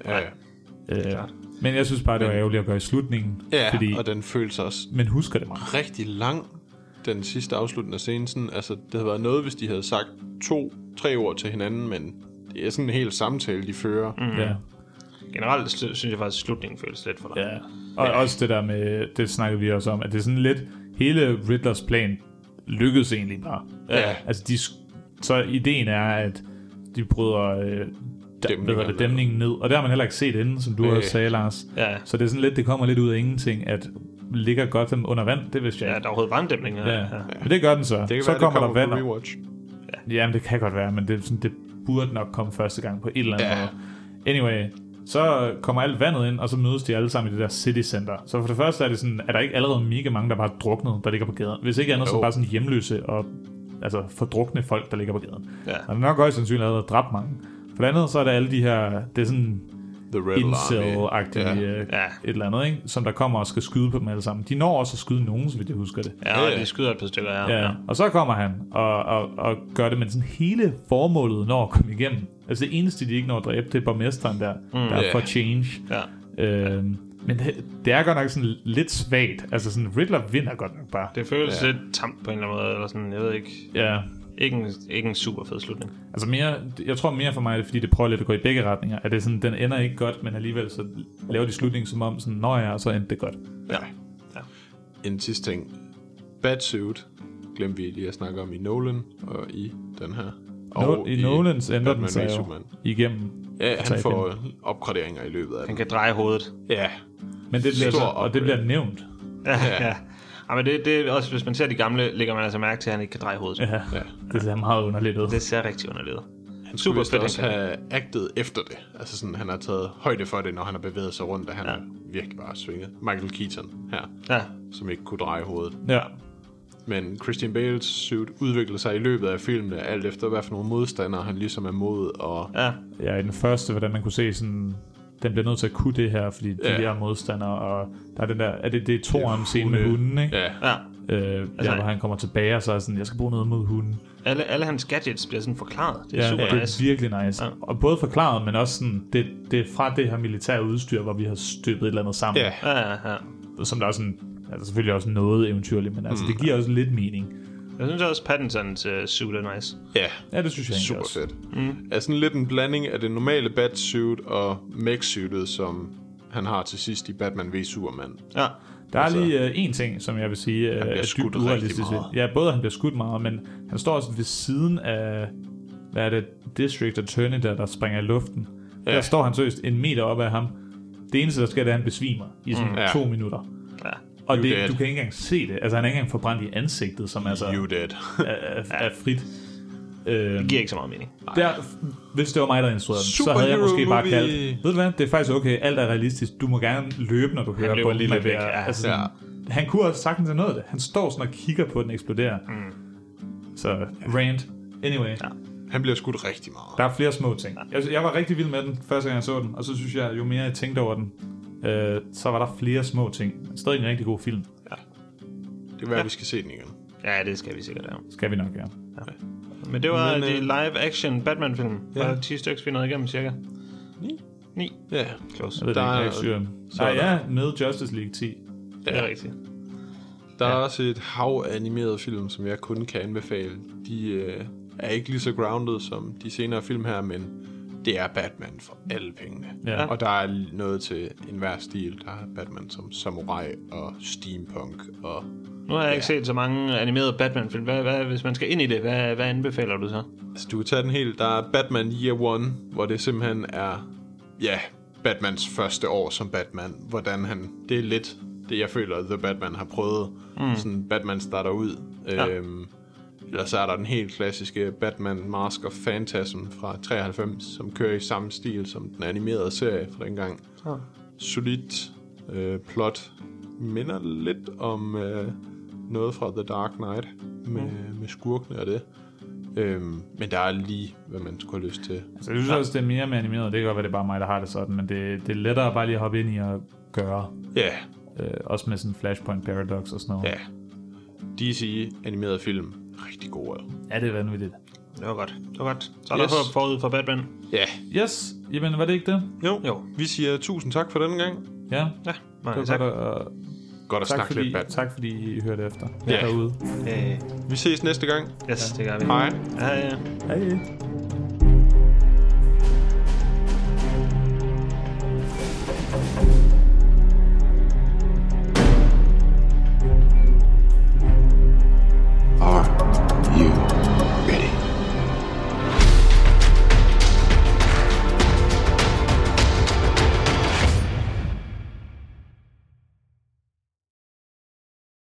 Ja. Men jeg synes bare, det var ærgerligt at gøre i slutningen. Ja, fordi, og den føles også men husker det. rigtig lang, den sidste afsluttende scene. Sådan, altså, det havde været noget, hvis de havde sagt 2-3 ord til hinanden, men det er sådan en hel samtale, de fører. Ja. Generelt synes jeg faktisk, at slutningen føles lidt for dig. Ja. Og også det der med, det snakkede vi også om, at det er sådan lidt, hele Riddlers plan lykkedes egentlig bare. Ja. Altså, så ideen er, at de bryder dæmningen ned, og det har man heller ikke set inden, som du også sagde, Lars. Ja. Så det er sådan lidt, det kommer lidt ud af ingenting, at ligger Gotham under vand, det vidste jeg Ja, ikke. der er overhovedet vanddæmning. Ja. Men det gør den så. Det kan Så være, kommer det der vand. på rewatch. Jamen, det kan godt være, men det, er sådan, det burde nok komme første gang på et eller andet måde. Anyway, så kommer alt vandet ind, og så mødes de alle sammen i det der city center. Så for det første er det sådan, er der ikke allerede mega mange, der bare er druknet, der ligger på gaden. Hvis ikke andet, så bare sådan hjemløse og altså fordrukne folk, der ligger på gaden. Ja. Og der er nok også sandsynligt allerede dræbt mange. For det andet, så er der alle de her, det er sådan The Rebel incel-agtige et eller andet, ikke? Som der kommer og skal skyde på dem alle sammen. De når også at skyde nogen, så vidt jeg husker det. Ja, og de skyder et par stykker her. Ja. Og så kommer han og gør det, men sådan hele formålet når at komme igennem. Altså det eneste, de ikke når at dræbe, det er borgmesteren der er for change. Ja. Men det er godt nok sådan lidt svagt. Altså sådan, Riddler vinder godt nok bare. Det føles lidt tamt på en eller anden måde, eller sådan, jeg ved ikke. Ja. Ikke en super fed slutning. Altså jeg tror mere for mig, det er, fordi det prøver lidt at gå i begge retninger. At det er sådan, den ender ikke godt, men alligevel så laver de slutningen som om, sådan, nå ja, og så endte det godt. Ja. En sidste ting. Batsuit glemte vi lige at snakke om i Nolan og i den her. Og I Nolans ender Batman den sig v jo Superman. igennem. Ja, han får opgraderinger i løbet af Han den. kan dreje hovedet. Ja. Men det bliver, Stor og det bliver nævnt. Ja. Ja, men det er også, hvis man ser de gamle, lægger man altså mærke til, at han ikke kan dreje hovedet. Ja, det ser meget underligt ud. Det ser rigtig underligt ud. Han Super skulle vist fedt, også ikke? have actet efter det. Altså sådan, han har taget højde for det, når han har bevæget sig rundt, og han har virkelig bare svinget. Michael Keaton her, som ikke kunne dreje hovedet. Ja. Men Christian Bales suit udvikler sig i løbet af filmen, alt efter hvad for nogle modstandere han ligesom er mod. Og Ja, i den første, hvordan man kunne se sådan, den bliver nødt til at kunne det her, fordi de her modstandere, og der er den der, er det Thor scene med hunden, ikke? Ja. Hvor han kommer tilbage, og så er sådan, jeg skal bruge noget mod hunden. Alle hans gadgets bliver sådan forklaret. Det er super det nice. er virkelig nice. Ja. Og både forklaret, men også sådan, det er fra det her militære udstyr, hvor vi har støbet et eller andet sammen. Ja. Som der er sådan, altså selvfølgelig også noget eventyrligt, men altså det giver også lidt mening. Jeg synes også, Pattinsons suit er nice. Ja, det synes jeg super også. fedt. Er sådan lidt en blanding af det normale Batsuit og mech-suitet, som han har til sidst i Batman v Superman. Ja. Der er lige en ting, som jeg vil sige er dybt urealistisk. Ja, både han bliver skudt meget, men han står også ved siden af, hvad er det, District Attorney, der springer i luften. Ja. Der står han seriøst 1 meter op af ham. Det eneste, der sker, det er, at han besvimer i sådan 2 minutter. Ja. Og det, du kan ikke engang se det. Altså, han er ikke engang forbrændt i ansigtet, som altså er frit. Det giver ikke så meget mening. Hvis det var mig, der instruerede den, så havde jeg måske bare kaldt, ved du hvad, det er faktisk okay, alt er realistisk. Du må gerne løbe, når du hører på en lille væk. Altså, han kunne også sagtens have nået det. Han står sådan og kigger på, den eksplodere. Så, rant. Anyway. Ja. Han bliver skudt rigtig meget. Der er flere små ting. Jeg var rigtig vild med den, første gang jeg så den, og så synes jeg, jo mere jeg tænkte over den, så var der flere små ting. Stadig en rigtig god film. Ja. Det er at vi skal se den igen. Ja, det skal vi sikkert, ja. Skal vi nok, ja. Men det var de live-action Batman-film. Der er 10 stykker, vi nåede igennem, cirka. 9? Ja, close. Jeg ved ikke, så ja, med Justice League 10. Det er rigtigt. Der er også et hav af animerede film, som jeg kun kan anbefale. De er ikke lige så grounded som de senere film her, men det er Batman for alle pengene. Ja. Og der er noget til enhver stil. Der er Batman som samurai og steampunk. Og nu har jeg ikke set så mange animerede Batman-film. Hvis man skal ind i det, hvad anbefaler du så? Altså, du kan tage den helt. Der er Batman Year One, hvor det simpelthen er Batmans første år som Batman. Hvordan det er lidt det, jeg føler, The Batman har prøvet. Sådan Batman starter ud. Eller så er der den helt klassiske Batman Mask of Phantasm fra 93, som kører i samme stil som den animerede serie fra dengang. Solidt plot. Minder lidt om noget fra The Dark Knight med skurkene og det. Men der er lige, hvad man skulle have lyst til. Altså, jeg synes også, det er mere med animeret. Det kan godt være, det er bare mig, der har det sådan, men det er lettere bare lige at hoppe ind i at gøre. Ja. Også med sådan Flashpoint Paradox og sådan noget. Ja. DC animerede film. Rigtig gode. Ja, det er vanvittigt. Det var godt. Så er der håb forud for Batman. Ja. Yes. Jamen, var det ikke det? Jo. Vi siger tusind tak for denne gang. Ja. Mange tak. Godt at snakke lidt Batman. Tak fordi I hørte efter. Derude. Vi ses næste gang. Yes, det gør vi. Hej. Hej.